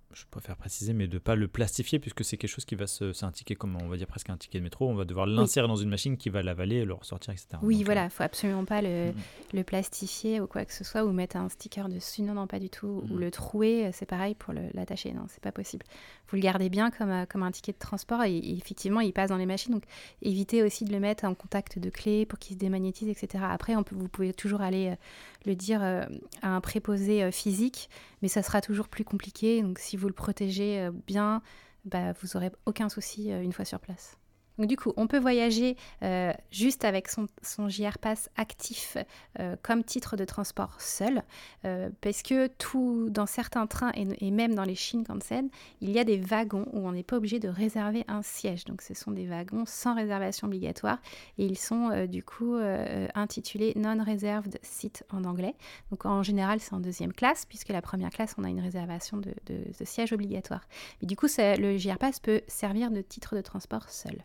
je préfère préciser, mais de ne pas le plastifier, puisque c'est quelque chose qui va se... C'est un ticket comme, on va dire, presque un ticket de métro. On va devoir l'insérer oui. dans une machine qui va l'avaler, le ressortir, et cetera. Oui, Donc, voilà, il euh... ne faut absolument pas le, mm-hmm. le plastifier ou quoi que ce soit, ou mettre un sticker dessus. Non, non, pas du tout. Mm-hmm. Ou le trouer, c'est pareil pour le, l'attacher. Non, c'est pas possible. Vous le gardez bien comme, comme un ticket de transport et, et effectivement, il passe dans les machines. Donc, évitez aussi de le mettre en contact de clé pour qu'il se démagnétise, et cetera. Après, on peut, vous pouvez toujours aller euh, le dire euh, à un préposé euh, physique, mais ça sera toujours plus compliqué. Donc, si vous le protégez euh, bien, bah, vous n'aurez aucun souci euh, une fois sur place. Donc, du coup, on peut voyager euh, juste avec son, son J R Pass actif euh, comme titre de transport seul, euh, parce que tout, dans certains trains et, et même dans les Shinkansen, il y a des wagons où on n'est pas obligé de réserver un siège. Donc, ce sont des wagons sans réservation obligatoire et ils sont euh, du coup euh, intitulés Non-Reserved Seat en anglais. Donc, en général, c'est en deuxième classe, puisque la première classe, on a une réservation de, de, de siège obligatoire. Mais du coup, ça, le J R Pass peut servir de titre de transport seul.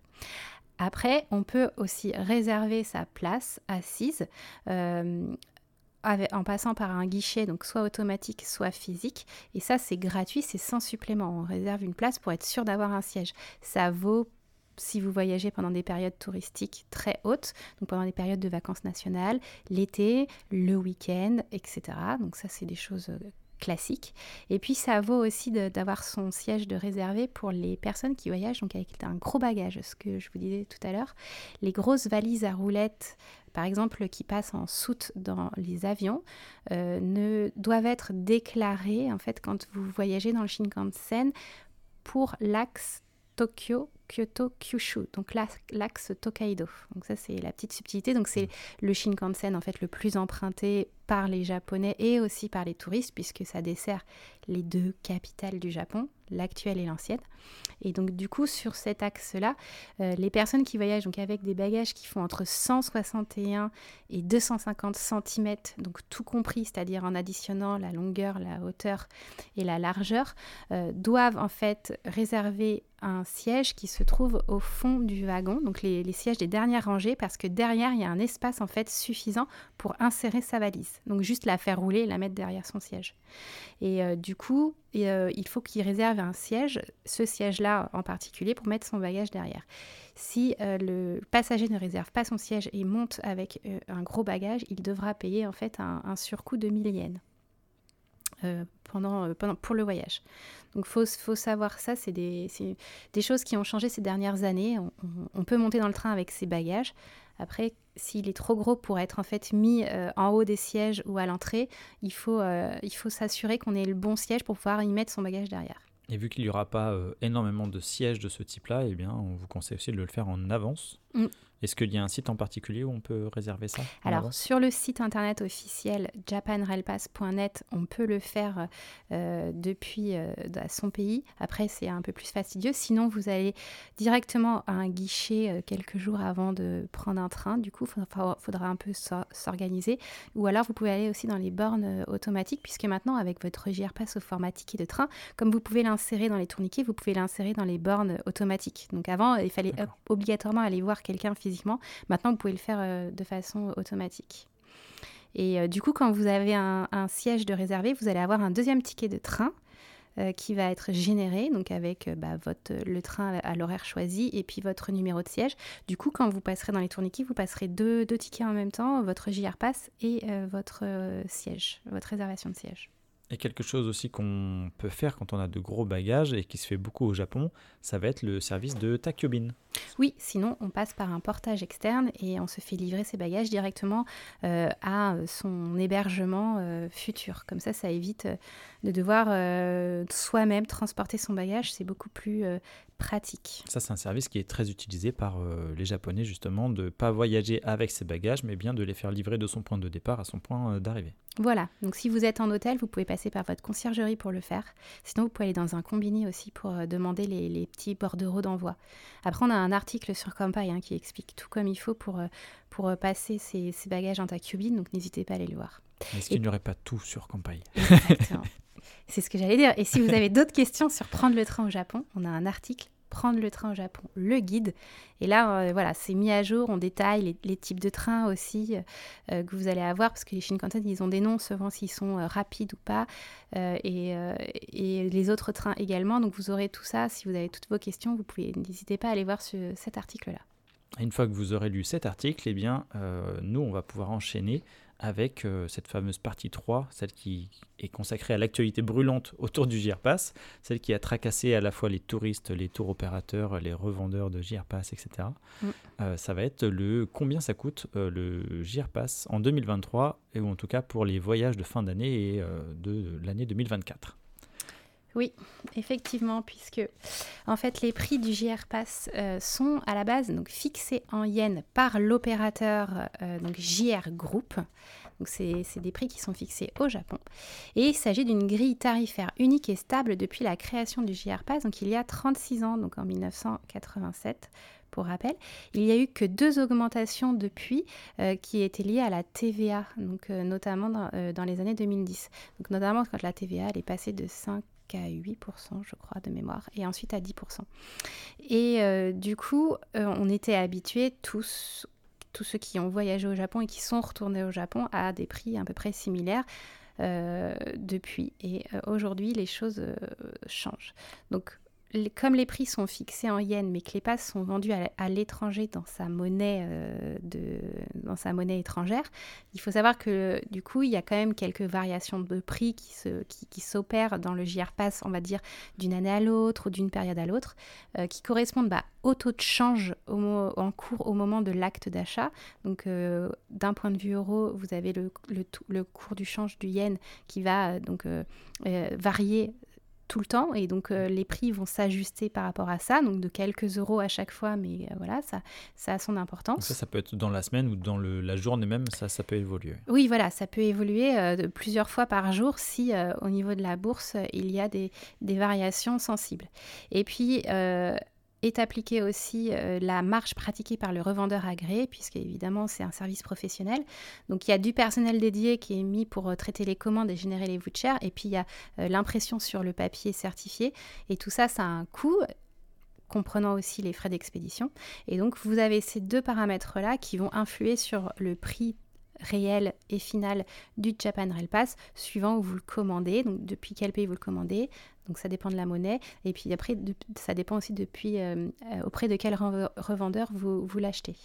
Après, on peut aussi réserver sa place assise euh, avec, en passant par un guichet, donc soit automatique, soit physique. Et ça, c'est gratuit, c'est sans supplément. On réserve une place pour être sûr d'avoir un siège. Ça vaut si vous voyagez pendant des périodes touristiques très hautes, donc pendant des périodes de vacances nationales, l'été, le week-end, et cetera. Donc ça, c'est des choses classique. Et puis ça vaut aussi de, d'avoir son siège de réservé pour les personnes qui voyagent donc avec un gros bagage, ce que je vous disais tout à l'heure. Les grosses valises à roulettes, par exemple, qui passent en soute dans les avions, euh, ne doivent être déclarées en fait quand vous voyagez dans le Shinkansen pour l'axe Tokyo, Kyoto, Kyushu, donc l'axe Tokaido. Donc ça, c'est la petite subtilité. Donc c'est le Shinkansen en fait le plus emprunté par les Japonais et aussi par les touristes, puisque ça dessert les deux capitales du Japon, l'actuelle et l'ancienne. Et donc du coup, sur cet axe-là, euh, les personnes qui voyagent donc avec des bagages qui font entre cent soixante et un et deux cent cinquante centimètres, donc tout compris, c'est-à-dire en additionnant la longueur, la hauteur et la largeur, euh, doivent en fait réserver un siège qui se trouve au fond du wagon, donc les, les sièges des dernières rangées, parce que derrière, il y a un espace en fait suffisant pour insérer sa valise. Donc juste la faire rouler et la mettre derrière son siège. Et euh, du coup, et, euh, il faut qu'il réserve un siège, ce siège-là en particulier, pour mettre son bagage derrière. Si euh, le passager ne réserve pas son siège et monte avec euh, un gros bagage, il devra payer en fait un, un surcoût de mille yens. Euh, pendant, euh, pendant, pour le voyage. Donc il faut, faut savoir ça, c'est des, c'est des choses qui ont changé ces dernières années. On, on, on peut monter dans le train avec ses bagages. Après, s'il est trop gros pour être en fait mis euh, en haut des sièges ou à l'entrée, il faut, euh, il faut s'assurer qu'on ait le bon siège pour pouvoir y mettre son bagage derrière. Et vu qu'il n'y aura pas euh, énormément de sièges de ce type-là, eh bien, on vous conseille aussi de le faire en avance. Mm. Est-ce qu'il y a un site en particulier où on peut réserver ça? Alors, sur le site internet officiel japan rail pass point net, on peut le faire euh, depuis euh, son pays. Après, c'est un peu plus fastidieux. Sinon, vous allez directement à un guichet euh, quelques jours avant de prendre un train. Du coup, il faudra, faudra un peu s'organiser. Ou alors, vous pouvez aller aussi dans les bornes euh, automatiques, puisque maintenant, avec votre J R Pass au format ticket de train, comme vous pouvez l'insérer dans les tourniquets, vous pouvez l'insérer dans les bornes automatiques. Donc avant, il fallait euh, obligatoirement aller voir quelqu'un physiquement. Maintenant, vous pouvez le faire euh, de façon automatique. Et euh, du coup, quand vous avez un, un siège de réservé, vous allez avoir un deuxième ticket de train euh, qui va être généré, donc avec euh, bah, votre, le train à l'horaire choisi et puis votre numéro de siège. Du coup, quand vous passerez dans les tourniquets, vous passerez deux, deux tickets en même temps, votre J R Pass et euh, votre euh, siège, votre réservation de siège. Et quelque chose aussi qu'on peut faire quand on a de gros bagages et qui se fait beaucoup au Japon, ça va être le service de takyobin. Oui, sinon on passe par un portage externe et on se fait livrer ses bagages directement euh, à son hébergement euh, futur. Comme ça, ça évite de devoir euh, soi-même transporter son bagage. C'est beaucoup plus euh, pratique. Ça, c'est un service qui est très utilisé par euh, les Japonais, justement, de ne pas voyager avec ses bagages, mais bien de les faire livrer de son point de départ à son point d'arrivée. Voilà, donc si vous êtes en hôtel, vous pouvez passer par votre conciergerie pour le faire. Sinon, vous pouvez aller dans un combini aussi pour euh, demander les, les petits bordereaux d'envoi. Après, on a un article sur Kanpai hein, qui explique tout comme il faut pour, euh, pour euh, passer ses, ses bagages en takyobin, donc n'hésitez pas à aller le voir. Est-ce qu'il Et... n'y aurait pas tout sur Kanpai? Exactement. C'est ce que j'allais dire. Et si vous avez d'autres questions sur prendre le train au Japon, on a un article Prendre le train au Japon, le guide. Et là, euh, voilà, c'est mis à jour, on détaille les, les types de trains aussi euh, que vous allez avoir, parce que les Shinkansen, ils ont des noms selon s'ils sont euh, rapides ou pas, euh, et, euh, et les autres trains également. Donc vous aurez tout ça. Si vous avez toutes vos questions, vous pouvez, n'hésitez pas à aller voir ce, cet article-là. Une fois que vous aurez lu cet article, eh bien, euh, nous, on va pouvoir enchaîner avec euh, cette fameuse partie trois, celle qui est consacrée à l'actualité brûlante autour du J R Pass, celle qui a tracassé à la fois les touristes, les tours opérateurs, les revendeurs de J R Pass, et cetera. Mm. Euh, ça va être le combien ça coûte euh, le J R Pass en deux mille vingt-trois, et, ou en tout cas pour les voyages de fin d'année et euh, de l'année deux mille vingt-quatre. Oui, effectivement, puisque en fait les prix du J R Pass euh, sont à la base donc fixés en yens par l'opérateur euh, donc J R Group. Donc c'est, c'est des prix qui sont fixés au Japon. Et il s'agit d'une grille tarifaire unique et stable depuis la création du J R Pass, donc il y a trente-six ans, donc en dix-neuf cent quatre-vingt-sept. Pour rappel, il n'y a eu que deux augmentations depuis euh, qui étaient liées à la T V A, donc euh, notamment dans, euh, dans les années deux mille dix. Donc notamment quand la T V A elle est passée de cinq à huit pour cent, je crois, de mémoire, et ensuite à dix pour cent. Et euh, du coup, euh, on était habitués tous, tous ceux qui ont voyagé au Japon et qui sont retournés au Japon à des prix à peu près similaires euh, depuis. Et euh, aujourd'hui, les choses euh, changent. Donc, les, comme les prix sont fixés en yens, mais que les passes sont vendues à, à l'étranger dans sa monnaie euh, de, dans sa monnaie étrangère, il faut savoir que du coup, il y a quand même quelques variations de prix qui, se, qui, qui s'opèrent dans le J R Pass, on va dire, d'une année à l'autre ou d'une période à l'autre, euh, qui correspondent bah, au taux de change au, en cours au moment de l'acte d'achat. Donc, euh, d'un point de vue euro, vous avez le, le, le cours du change du yen qui va euh, donc, euh, euh, varier tout le temps, et donc euh, les prix vont s'ajuster par rapport à ça, donc de quelques euros à chaque fois, mais euh, voilà, ça, ça a son importance. Donc ça, ça peut être dans la semaine ou dans le, la journée même, ça, ça peut évoluer. Oui, voilà, ça peut évoluer euh, de plusieurs fois par jour si euh, au niveau de la bourse, euh, il y a des, des variations sensibles. Et puis, euh, est appliquée aussi euh, la marge pratiquée par le revendeur agréé, puisque évidemment c'est un service professionnel. Donc il y a du personnel dédié qui est mis pour euh, traiter les commandes et générer les vouchers, et puis il y a euh, l'impression sur le papier certifié, et tout ça, ça a un coût, comprenant aussi les frais d'expédition. Et donc vous avez ces deux paramètres-là qui vont influer sur le prix réel et final du Japan Rail Pass, suivant où vous le commandez, donc depuis quel pays vous le commandez, donc ça dépend de la monnaie, et puis après de, ça dépend aussi depuis euh, auprès de quel revendeur vous, vous l'achetez.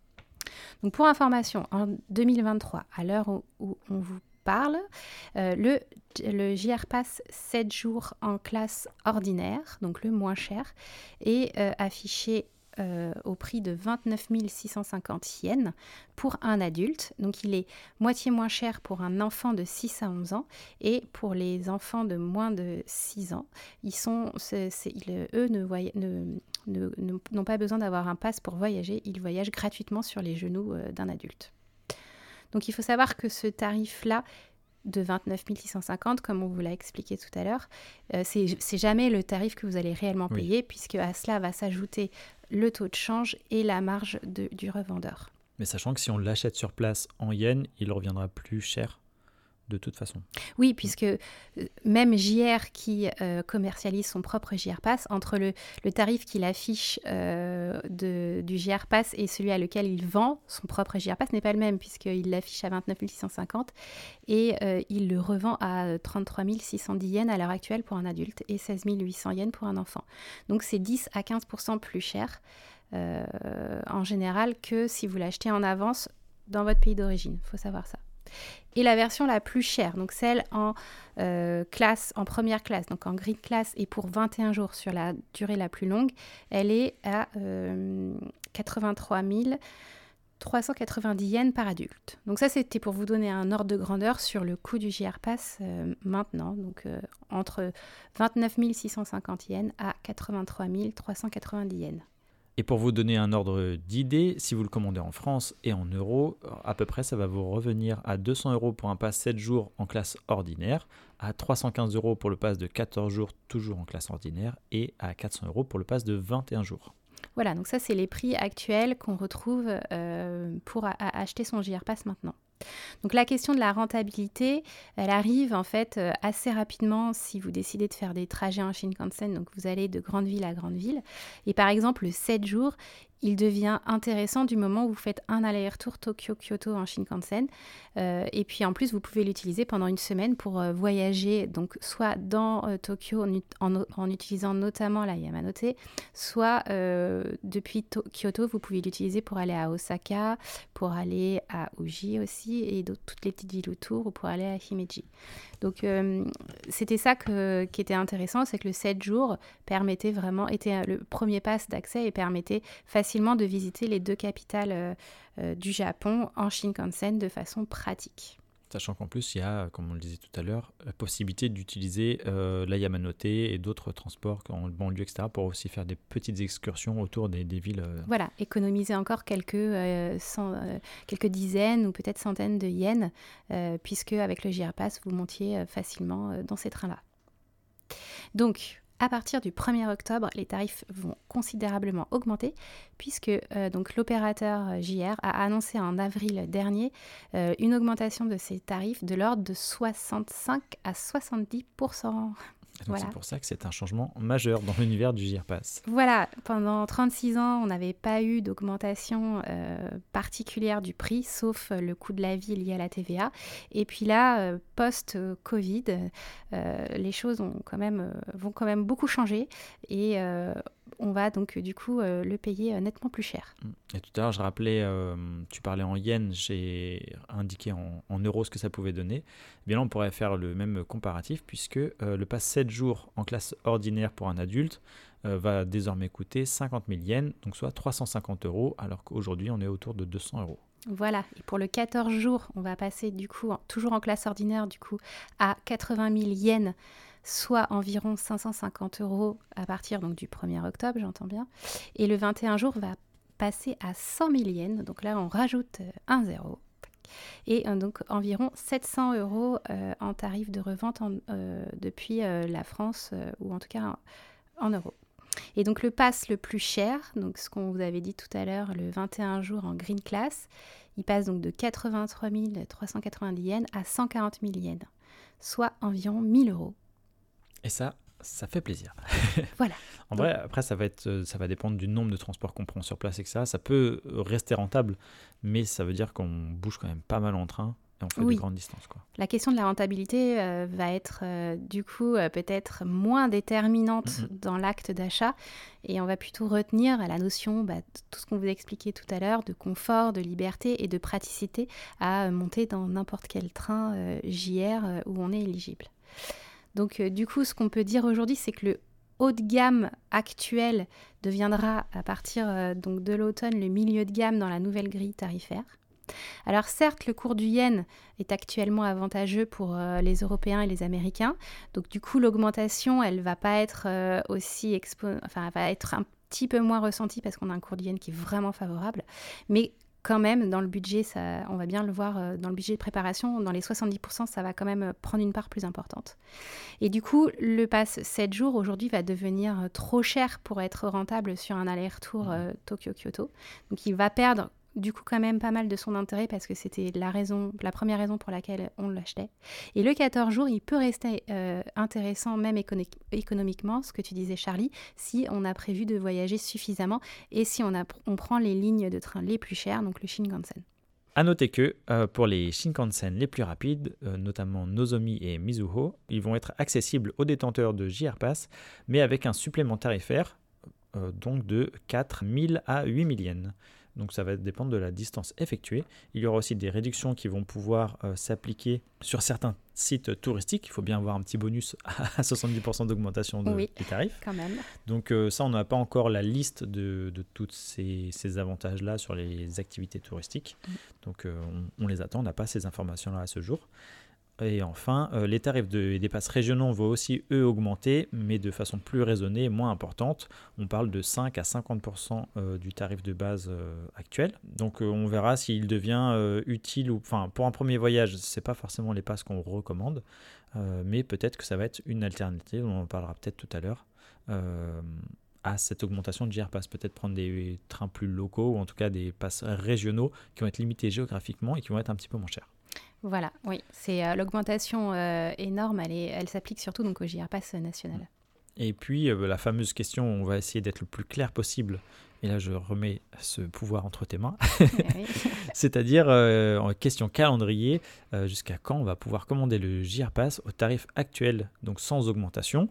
Donc pour information, en deux mille vingt-trois, à l'heure où, où on vous parle, euh, le, le J R Pass sept jours en classe ordinaire, donc le moins cher, est euh, affiché Euh, au prix de vingt-neuf mille six cent cinquante yens pour un adulte. Donc il est moitié moins cher pour un enfant de six à onze ans, et pour les enfants de moins de six ans, ils sont, c'est, c'est, ils, eux ne, voy- ne, ne, ne, n'ont pas besoin d'avoir un pass pour voyager, ils voyagent gratuitement sur les genoux euh, d'un adulte. Donc il faut savoir que ce tarif-là de vingt-neuf mille six cent cinquante, comme on vous l'a expliqué tout à l'heure, euh, c'est, c'est jamais le tarif que vous allez réellement payer, oui, puisque à cela va s'ajouter le taux de change et la marge de, du revendeur. Mais sachant que si on l'achète sur place en yens, il reviendra plus cher de toute façon. Oui, puisque même J R qui euh, commercialise son propre J R Pass, entre le, le tarif qu'il affiche euh, de, du J R Pass et celui à lequel il vend son propre J R Pass n'est pas le même, puisqu'il l'affiche à vingt-neuf mille six cent cinquante et euh, il le revend à trente-trois mille six cent dix yens à l'heure actuelle pour un adulte et seize mille huit cents yens pour un enfant. Donc c'est dix à quinze pour cent plus cher euh, en général que si vous l'achetez en avance dans votre pays d'origine, il faut savoir ça. Et la version la plus chère, donc celle en euh, classe, en première classe, donc en grid class et pour vingt et un jours sur la durée la plus longue, elle est à euh, quatre-vingt-trois mille trois cent quatre-vingt-dix yens par adulte. Donc ça, c'était pour vous donner un ordre de grandeur sur le coût du J R Pass euh, maintenant, donc euh, entre vingt-neuf mille six cent cinquante yens à quatre-vingt-trois mille trois cent quatre-vingt-dix yens. Et pour vous donner un ordre d'idée, si vous le commandez en France et en euros, à peu près ça va vous revenir à deux cents euros pour un pass sept jours en classe ordinaire, à trois cent quinze euros pour le pass de quatorze jours toujours en classe ordinaire et à quatre cents euros pour le pass de vingt et un jours. Voilà, donc ça c'est les prix actuels qu'on retrouve euh, pour a- a- acheter son J R Pass maintenant. Donc la question de la rentabilité, elle arrive en fait euh, assez rapidement si vous décidez de faire des trajets en Shinkansen, donc vous allez de grande ville à grande ville. Et par exemple, le sept jours, il devient intéressant du moment où vous faites un aller-retour Tokyo-Kyoto en Shinkansen. Euh, et puis en plus, vous pouvez l'utiliser pendant une semaine pour euh, voyager, donc soit dans euh, Tokyo en, en, en utilisant notamment la Yamanote, soit euh, depuis to- Kyoto, vous pouvez l'utiliser pour aller à Osaka, pour aller à Uji aussi, et toutes les petites villes autour, ou pour aller à Himeji. Donc euh, c'était ça que, qui était intéressant, c'est que le sept jours permettait vraiment, était le premier pass d'accès et permettait facilement de visiter les deux capitales euh, euh, du Japon en Shinkansen de façon pratique. Sachant qu'en plus, il y a, comme on le disait tout à l'heure, la possibilité d'utiliser euh, la Yamanote et d'autres transports en banlieue, et cetera, pour aussi faire des petites excursions autour des, des villes. Euh... Voilà, économiser encore quelques, euh, cent, euh, quelques dizaines ou peut-être centaines de yens, euh, puisque avec le J R Pass, vous montiez euh, facilement euh, dans ces trains-là. Donc, à partir du premier octobre, les tarifs vont considérablement augmenter puisque euh, donc, l'opérateur J R a annoncé en avril dernier euh, une augmentation de ses tarifs de l'ordre de soixante-cinq à soixante-dix pour cent. Donc voilà. C'est pour ça que c'est un changement majeur dans l'univers du J R Pass. Voilà, pendant trente-six ans, on n'avait pas eu d'augmentation euh, particulière du prix, sauf le coût de la vie lié à la T V A. Et puis là, euh, post-Covid, euh, les choses ont quand même, euh, vont quand même beaucoup changer et euh, on va donc du coup euh, le payer euh, nettement plus cher. Et tout à l'heure, je rappelais, euh, tu parlais en yens, j'ai indiqué en, en euros ce que ça pouvait donner. Eh bien là, on pourrait faire le même comparatif puisque euh, le pass sept jours en classe ordinaire pour un adulte euh, va désormais coûter cinquante mille yens, donc soit trois cent cinquante euros, alors qu'aujourd'hui, on est autour de deux cents euros. Voilà, et pour le quatorze jours, on va passer du coup, en, toujours en classe ordinaire, du coup, à quatre-vingt mille yens, soit environ cinq cent cinquante euros à partir donc, du premier octobre, j'entends bien. Et le vingt et un jours va passer à cent mille yens, donc là on rajoute euh, un zéro. Et euh, donc environ sept cents euros euh, en tarif de revente en, euh, depuis euh, la France, euh, ou en tout cas en, en euros. Et donc le pass le plus cher, donc ce qu'on vous avait dit tout à l'heure, le vingt et un jours en green class, il passe donc de quatre-vingt-trois mille trois cent quatre-vingt-dix yens à cent quarante mille yens, soit environ mille euros. Et ça, ça fait plaisir. Voilà. En donc, vrai, après, ça va, être, ça va dépendre du nombre de transports qu'on prend sur place, et cetera. Ça peut rester rentable, mais ça veut dire qu'on bouge quand même pas mal en train. Et on fait oui. de grandes distances, quoi. La question de la rentabilité euh, va être euh, du coup euh, peut-être moins déterminante mm-hmm. dans l'acte d'achat et on va plutôt retenir la notion, bah, tout ce qu'on vous a expliqué tout à l'heure, de confort, de liberté et de praticité à euh, monter dans n'importe quel train euh, J R euh, où on est éligible. Donc euh, du coup, ce qu'on peut dire aujourd'hui, c'est que le haut de gamme actuel deviendra à partir euh, donc de l'automne le milieu de gamme dans la nouvelle grille tarifaire. Alors certes, le cours du yen est actuellement avantageux pour euh, les Européens et les Américains. Donc du coup, l'augmentation, elle va pas être euh, aussi expo- enfin, elle va être un petit peu moins ressentie parce qu'on a un cours du yen qui est vraiment favorable. Mais quand même, dans le budget, ça, on va bien le voir euh, dans le budget de préparation, dans les soixante-dix pour cent, ça va quand même prendre une part plus importante. Et du coup, le pass sept jours aujourd'hui va devenir euh, trop cher pour être rentable sur un aller-retour euh, Tokyo-Kyoto. Donc il va perdre du coup quand même pas mal de son intérêt parce que c'était la raison, la première raison pour laquelle on l'achetait. Et le quatorze jours, il peut rester euh, intéressant même écono- économiquement, ce que tu disais Charlie, si on a prévu de voyager suffisamment et si on, a, on prend les lignes de train les plus chères, donc le Shinkansen. A noter que euh, pour les Shinkansen les plus rapides, euh, notamment Nozomi et Mizuho, ils vont être accessibles aux détenteurs de J R Pass, mais avec un supplément tarifaire euh, donc de quatre mille à huit mille yens. Donc ça va dépendre de la distance effectuée. Il y aura aussi des réductions qui vont pouvoir euh, s'appliquer sur certains sites touristiques. Il faut bien avoir un petit bonus à soixante-dix pour cent d'augmentation de, oui, des tarifs. Quand même. Donc euh, ça, on n'a pas encore la liste de, de tous ces, ces avantages-là sur les activités touristiques. Mmh. Donc euh, on, on les attend, on n'a pas ces informations-là à ce jour. Et enfin, euh, les tarifs de, des passes régionaux vont aussi, eux, augmenter, mais de façon plus raisonnée et moins importante. On parle de cinq à cinquante pour cent euh, du tarif de base euh, actuel. Donc, euh, on verra s'il devient euh, utile ou... Enfin, pour un premier voyage, ce n'est pas forcément les passes qu'on recommande, euh, mais peut-être que ça va être une alternative, on en parlera peut-être tout à l'heure, euh, à cette augmentation de J R Pass. Peut-être prendre des trains plus locaux ou en tout cas des passes régionaux qui vont être limités géographiquement et qui vont être un petit peu moins chers. Voilà, oui, c'est euh, l'augmentation euh, énorme, elle, est, elle s'applique surtout donc au J R Pass national. Et puis euh, la fameuse question, on va essayer d'être le plus clair possible. Et là, je remets ce pouvoir entre tes mains. Oui. C'est-à-dire, euh, en question calendrier, euh, jusqu'à quand on va pouvoir commander le J R Pass au tarif actuel, donc sans augmentation.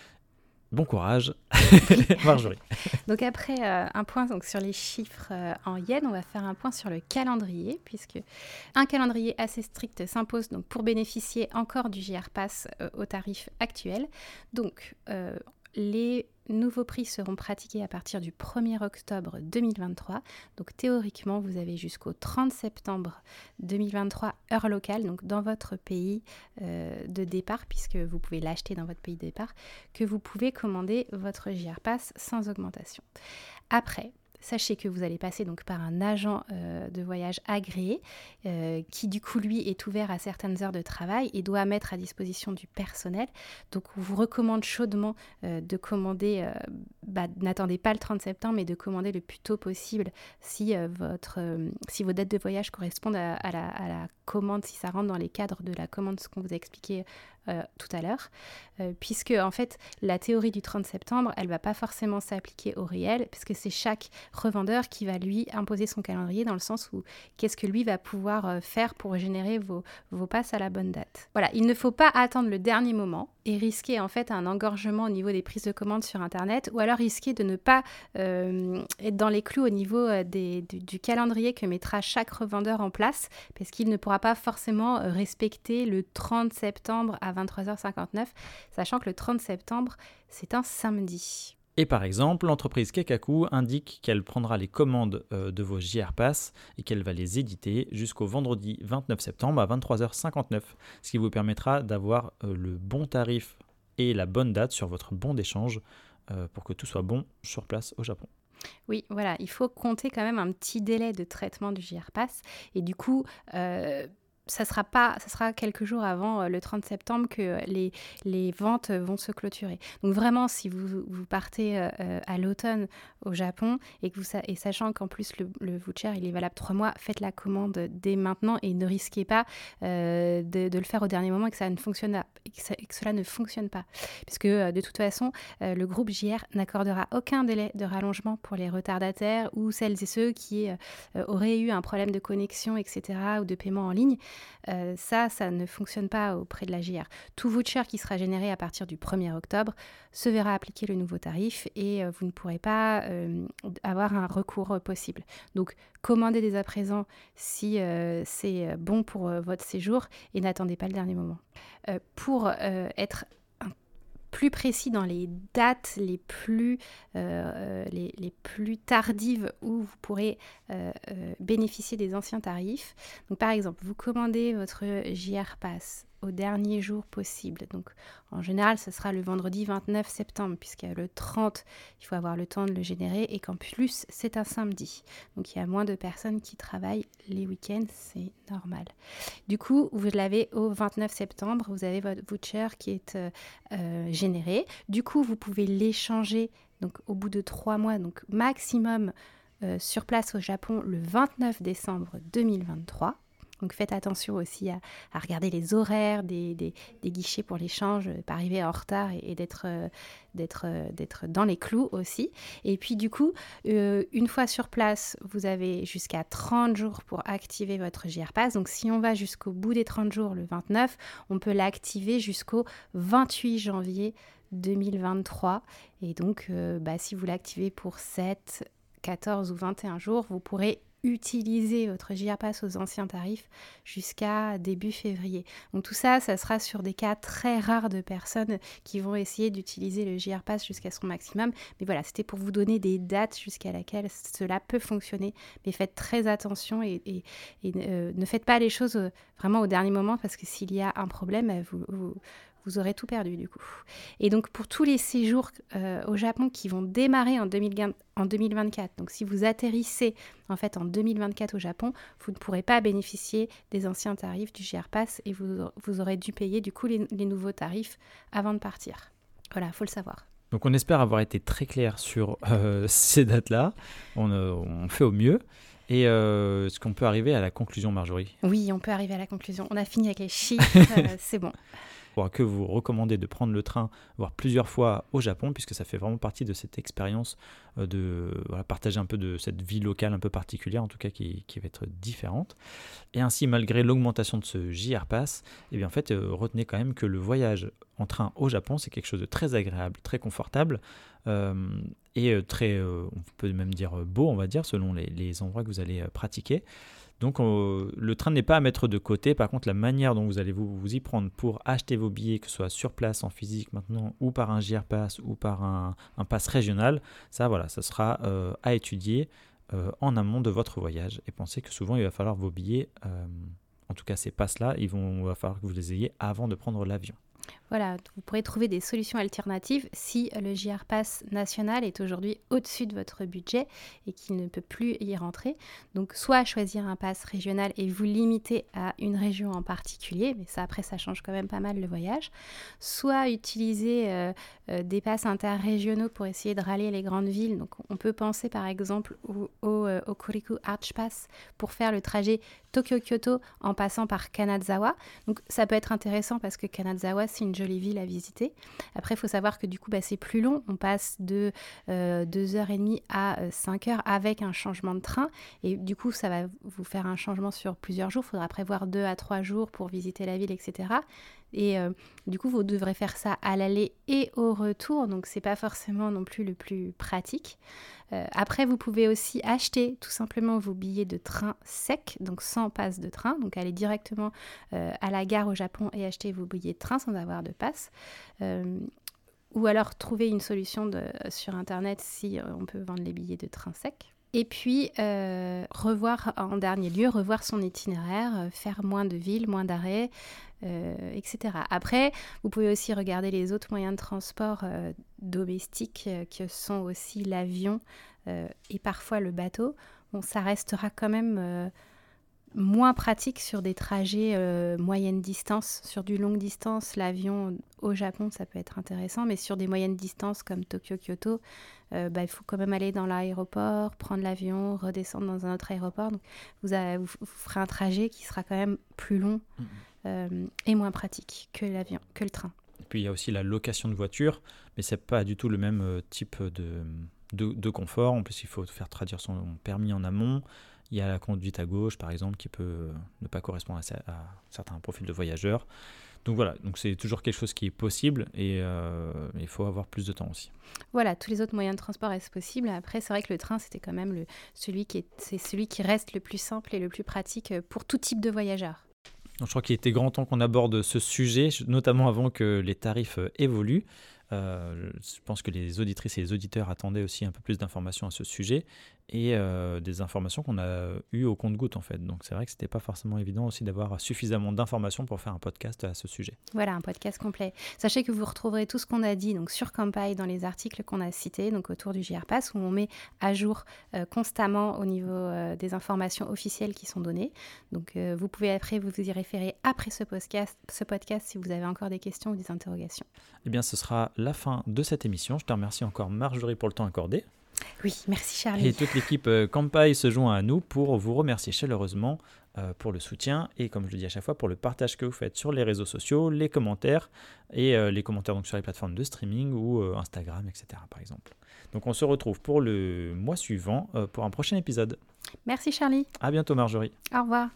Bon courage, Marjorie. Donc après euh, un point donc, sur les chiffres euh, en yens, on va faire un point sur le calendrier, puisque un calendrier assez strict s'impose donc, pour bénéficier encore du J R Pass euh, au tarif actuel. Donc euh, les nouveaux prix seront pratiqués à partir du premier octobre deux mille vingt-trois. Donc théoriquement, vous avez jusqu'au trente septembre deux mille vingt-trois, heure locale, donc dans votre pays euh, de départ, puisque vous pouvez l'acheter dans votre pays de départ, que vous pouvez commander votre J R Pass sans augmentation. Après, sachez que vous allez passer donc par un agent euh, de voyage agréé euh, qui du coup lui est ouvert à certaines heures de travail et doit mettre à disposition du personnel. Donc on vous recommande chaudement euh, de commander, euh, bah, n'attendez pas le trente septembre, mais de commander le plus tôt possible si, euh, votre, euh, si vos dates de voyage correspondent à, à, la, à la commande, si ça rentre dans les cadres de la commande, ce qu'on vous a expliqué Euh, tout à l'heure, euh, puisque en fait la théorie du trente septembre, elle va pas forcément s'appliquer au réel, puisque c'est chaque revendeur qui va lui imposer son calendrier, dans le sens où qu'est-ce que lui va pouvoir euh, faire pour générer vos, vos passes à la bonne date. Voilà, il ne faut pas attendre le dernier moment et risquer en fait un engorgement au niveau des prises de commandes sur internet, ou alors risquer de ne pas euh, être dans les clous au niveau euh, des, du, du calendrier que mettra chaque revendeur en place, parce qu'il ne pourra pas forcément euh, respecter le trente septembre à vingt-trois heures cinquante-neuf, sachant que le trente septembre, c'est un samedi. Et par exemple, l'entreprise Kekaku indique qu'elle prendra les commandes euh, de vos J R Pass et qu'elle va les éditer jusqu'au vendredi vingt-neuf septembre à vingt-trois heures cinquante-neuf, ce qui vous permettra d'avoir euh, le bon tarif et la bonne date sur votre bon d'échange euh, pour que tout soit bon sur place au Japon. Oui, voilà, il faut compter quand même un petit délai de traitement du J R Pass, et du coup... Euh, ça sera pas, ça sera quelques jours avant euh, le trente septembre que les, les ventes vont se clôturer. Donc vraiment, si vous, vous partez euh, à l'automne au Japon et, que vous, et sachant qu'en plus le, le voucher il est valable trois mois, faites la commande dès maintenant et ne risquez pas euh, de, de le faire au dernier moment et que, ça ne fonctionne, et que, ça, et que cela ne fonctionne pas. Puisque euh, de toute façon, euh, le groupe J R n'accordera aucun délai de rallongement pour les retardataires ou celles et ceux qui euh, auraient eu un problème de connexion, et cetera, ou de paiement en ligne. Euh, ça, ça ne fonctionne pas auprès de la J R. Tout voucher qui sera généré à partir du premier octobre se verra appliquer le nouveau tarif et euh, vous ne pourrez pas euh, avoir un recours euh, possible. Donc, commandez dès à présent si euh, c'est bon pour euh, votre séjour et n'attendez pas le dernier moment. Euh, pour euh, être plus précis dans les dates les plus, euh, les, les plus tardives où vous pourrez euh, euh, bénéficier des anciens tarifs. Donc, par exemple, vous commandez votre J R Pass au dernier jour possible. Donc, en général, ce sera le vendredi vingt-neuf septembre, puisque le trente, il faut avoir le temps de le générer et qu'en plus, c'est un samedi. Donc, il y a moins de personnes qui travaillent les week-ends, c'est normal. Du coup, vous l'avez au vingt-neuf septembre, vous avez votre voucher qui est euh, euh, généré. Du coup, vous pouvez l'échanger donc, au bout de trois mois, donc maximum euh, sur place au Japon le vingt-neuf décembre deux mille vingt-trois. Donc faites attention aussi à, à regarder les horaires des, des, des guichets pour l'échange, pas arriver en retard et, et d'être, euh, d'être, euh, d'être dans les clous aussi. Et puis du coup, euh, une fois sur place, vous avez jusqu'à trente jours pour activer votre J R Pass. Donc si on va jusqu'au bout des trente jours, le vingt-neuf, on peut l'activer jusqu'au vingt-huit janvier deux mille vingt-trois. Et donc, euh, bah, si vous l'activez pour sept, quatorze ou vingt et un jours, vous pourrez utiliser votre J R Pass aux anciens tarifs jusqu'à début février. Donc tout ça, ça sera sur des cas très rares de personnes qui vont essayer d'utiliser le J R Pass jusqu'à son maximum. Mais voilà, c'était pour vous donner des dates jusqu'à laquelle cela peut fonctionner. Mais faites très attention et, et, et euh, ne faites pas les choses vraiment au dernier moment, parce que s'il y a un problème, vous... vous vous aurez tout perdu du coup. Et donc pour tous les séjours euh, au Japon qui vont démarrer en, deux mille vingt-quatre, donc si vous atterrissez en fait en deux mille vingt-quatre au Japon, vous ne pourrez pas bénéficier des anciens tarifs du J R Pass et vous, vous aurez dû payer du coup les, les nouveaux tarifs avant de partir. Voilà, il faut le savoir. Donc on espère avoir été très clair sur euh, ces dates-là. On, euh, on fait au mieux. Et euh, est-ce qu'on peut arriver à la conclusion, Marjorie ? Oui, on peut arriver à la conclusion. On a fini avec les chiffres, euh, c'est bon. Que vous recommandez de prendre le train, voire plusieurs fois au Japon, puisque ça fait vraiment partie de cette expérience de voilà, partager un peu de cette vie locale un peu particulière, en tout cas qui, qui va être différente. Et ainsi, malgré l'augmentation de ce J R Pass, eh bien, en fait, euh, retenez quand même que le voyage en train au Japon, c'est quelque chose de très agréable, très confortable, euh, et très, euh, on peut même dire beau, on va dire, selon les, les endroits que vous allez euh, pratiquer. Donc euh, le train n'est pas à mettre de côté. Par contre, la manière dont vous allez vous, vous y prendre pour acheter vos billets, que ce soit sur place en physique maintenant, ou par un J R Pass, ou par un, un pass régional, ça, voilà, ça sera euh, à étudier euh, en amont de votre voyage. Et pensez que souvent, il va falloir vos billets, euh, en tout cas ces passes-là, ils vont, il va falloir que vous les ayez avant de prendre l'avion. Voilà, vous pourrez trouver des solutions alternatives si le J R Pass national est aujourd'hui au-dessus de votre budget et qu'il ne peut plus y rentrer. Donc, soit choisir un pass régional et vous limiter à une région en particulier, mais ça, après, ça change quand même pas mal le voyage. Soit utiliser euh, euh, des passes interrégionaux pour essayer de rallier les grandes villes. Donc, on peut penser par exemple au, au, euh, au Kuriku Arch Pass pour faire le trajet Tokyo-Kyoto en passant par Kanazawa. Donc, ça peut être intéressant parce que Kanazawa, c'est une jolie ville à visiter. Après, il faut savoir que du coup, bah, c'est plus long. On passe de euh, deux heures trente à euh, cinq heures avec un changement de train. Et du coup, ça va vous faire un changement sur plusieurs jours. Il faudra prévoir deux à trois jours pour visiter la ville, et cetera. Et euh, du coup, vous devrez faire ça à l'aller et au retour. Donc, c'est pas forcément non plus le plus pratique. Euh, après, vous pouvez aussi acheter tout simplement vos billets de train secs, donc sans passe de train. Donc, aller directement euh, à la gare au Japon et acheter vos billets de train sans avoir de passe. Euh, ou alors, trouver une solution de, sur Internet si euh, on peut vendre les billets de train secs. Et puis, euh, revoir en dernier lieu, revoir son itinéraire, euh, faire moins de villes, moins d'arrêts, euh, et cetera. Après, vous pouvez aussi regarder les autres moyens de transport euh, domestiques euh, que sont aussi l'avion euh, et parfois le bateau. Bon, ça restera quand même euh, moins pratique sur des trajets euh, moyenne distance. Sur du longue distance, l'avion au Japon, ça peut être intéressant, mais sur des moyennes distances comme Tokyo-Kyoto, euh, bah, il faut quand même aller dans l'aéroport, prendre l'avion, redescendre dans un autre aéroport. Donc, vous, avez, vous, vous ferez un trajet qui sera quand même plus long euh, et moins pratique que l'avion, que le train. Et puis, il y a aussi la location de voiture, mais ce n'est pas du tout le même type de, de, de confort. En plus, il faut faire traduire son permis en amont. Il y a la conduite à gauche, par exemple, qui peut ne pas correspondre à, à certains profils de voyageurs. Donc voilà, donc c'est toujours quelque chose qui est possible et euh, il faut avoir plus de temps aussi. Voilà, tous les autres moyens de transport restent possibles. Après, c'est vrai que le train, c'était quand même le, celui, qui est, c'est celui qui reste le plus simple et le plus pratique pour tout type de voyageurs. Donc, je crois qu'il était grand temps qu'on aborde ce sujet, notamment avant que les tarifs évoluent. Euh, je pense que les auditrices et les auditeurs attendaient aussi un peu plus d'informations à ce sujet et euh, des informations qu'on a eues au compte-gouttes en fait. Donc c'est vrai que c'était pas forcément évident aussi d'avoir suffisamment d'informations pour faire un podcast à ce sujet. Voilà, un podcast complet. Sachez que vous retrouverez tout ce qu'on a dit donc sur Kanpai dans les articles qu'on a cités donc autour du J R Pass où on met à jour euh, constamment au niveau euh, des informations officielles qui sont données. Donc euh, vous pouvez après vous y référer après ce podcast, ce podcast si vous avez encore des questions ou des interrogations. Eh bien ce sera la fin de cette émission. Je te remercie encore Marjorie pour le temps accordé. Oui, merci Charlie. Et toute l'équipe euh, Kanpai se joint à nous pour vous remercier chaleureusement euh, pour le soutien et comme je le dis à chaque fois pour le partage que vous faites sur les réseaux sociaux, les commentaires et euh, les commentaires donc sur les plateformes de streaming ou euh, Instagram, et cetera par exemple. Donc on se retrouve pour le mois suivant euh, pour un prochain épisode. Merci Charlie. À bientôt Marjorie. Au revoir.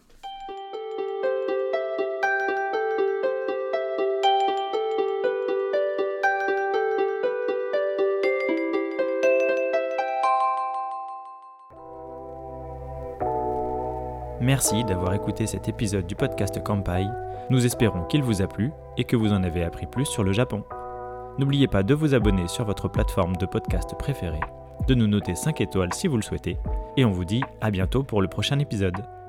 Merci d'avoir écouté cet épisode du podcast Kanpai. Nous espérons qu'il vous a plu et que vous en avez appris plus sur le Japon. N'oubliez pas de vous abonner sur votre plateforme de podcast préférée, de nous noter cinq étoiles si vous le souhaitez, et on vous dit à bientôt pour le prochain épisode.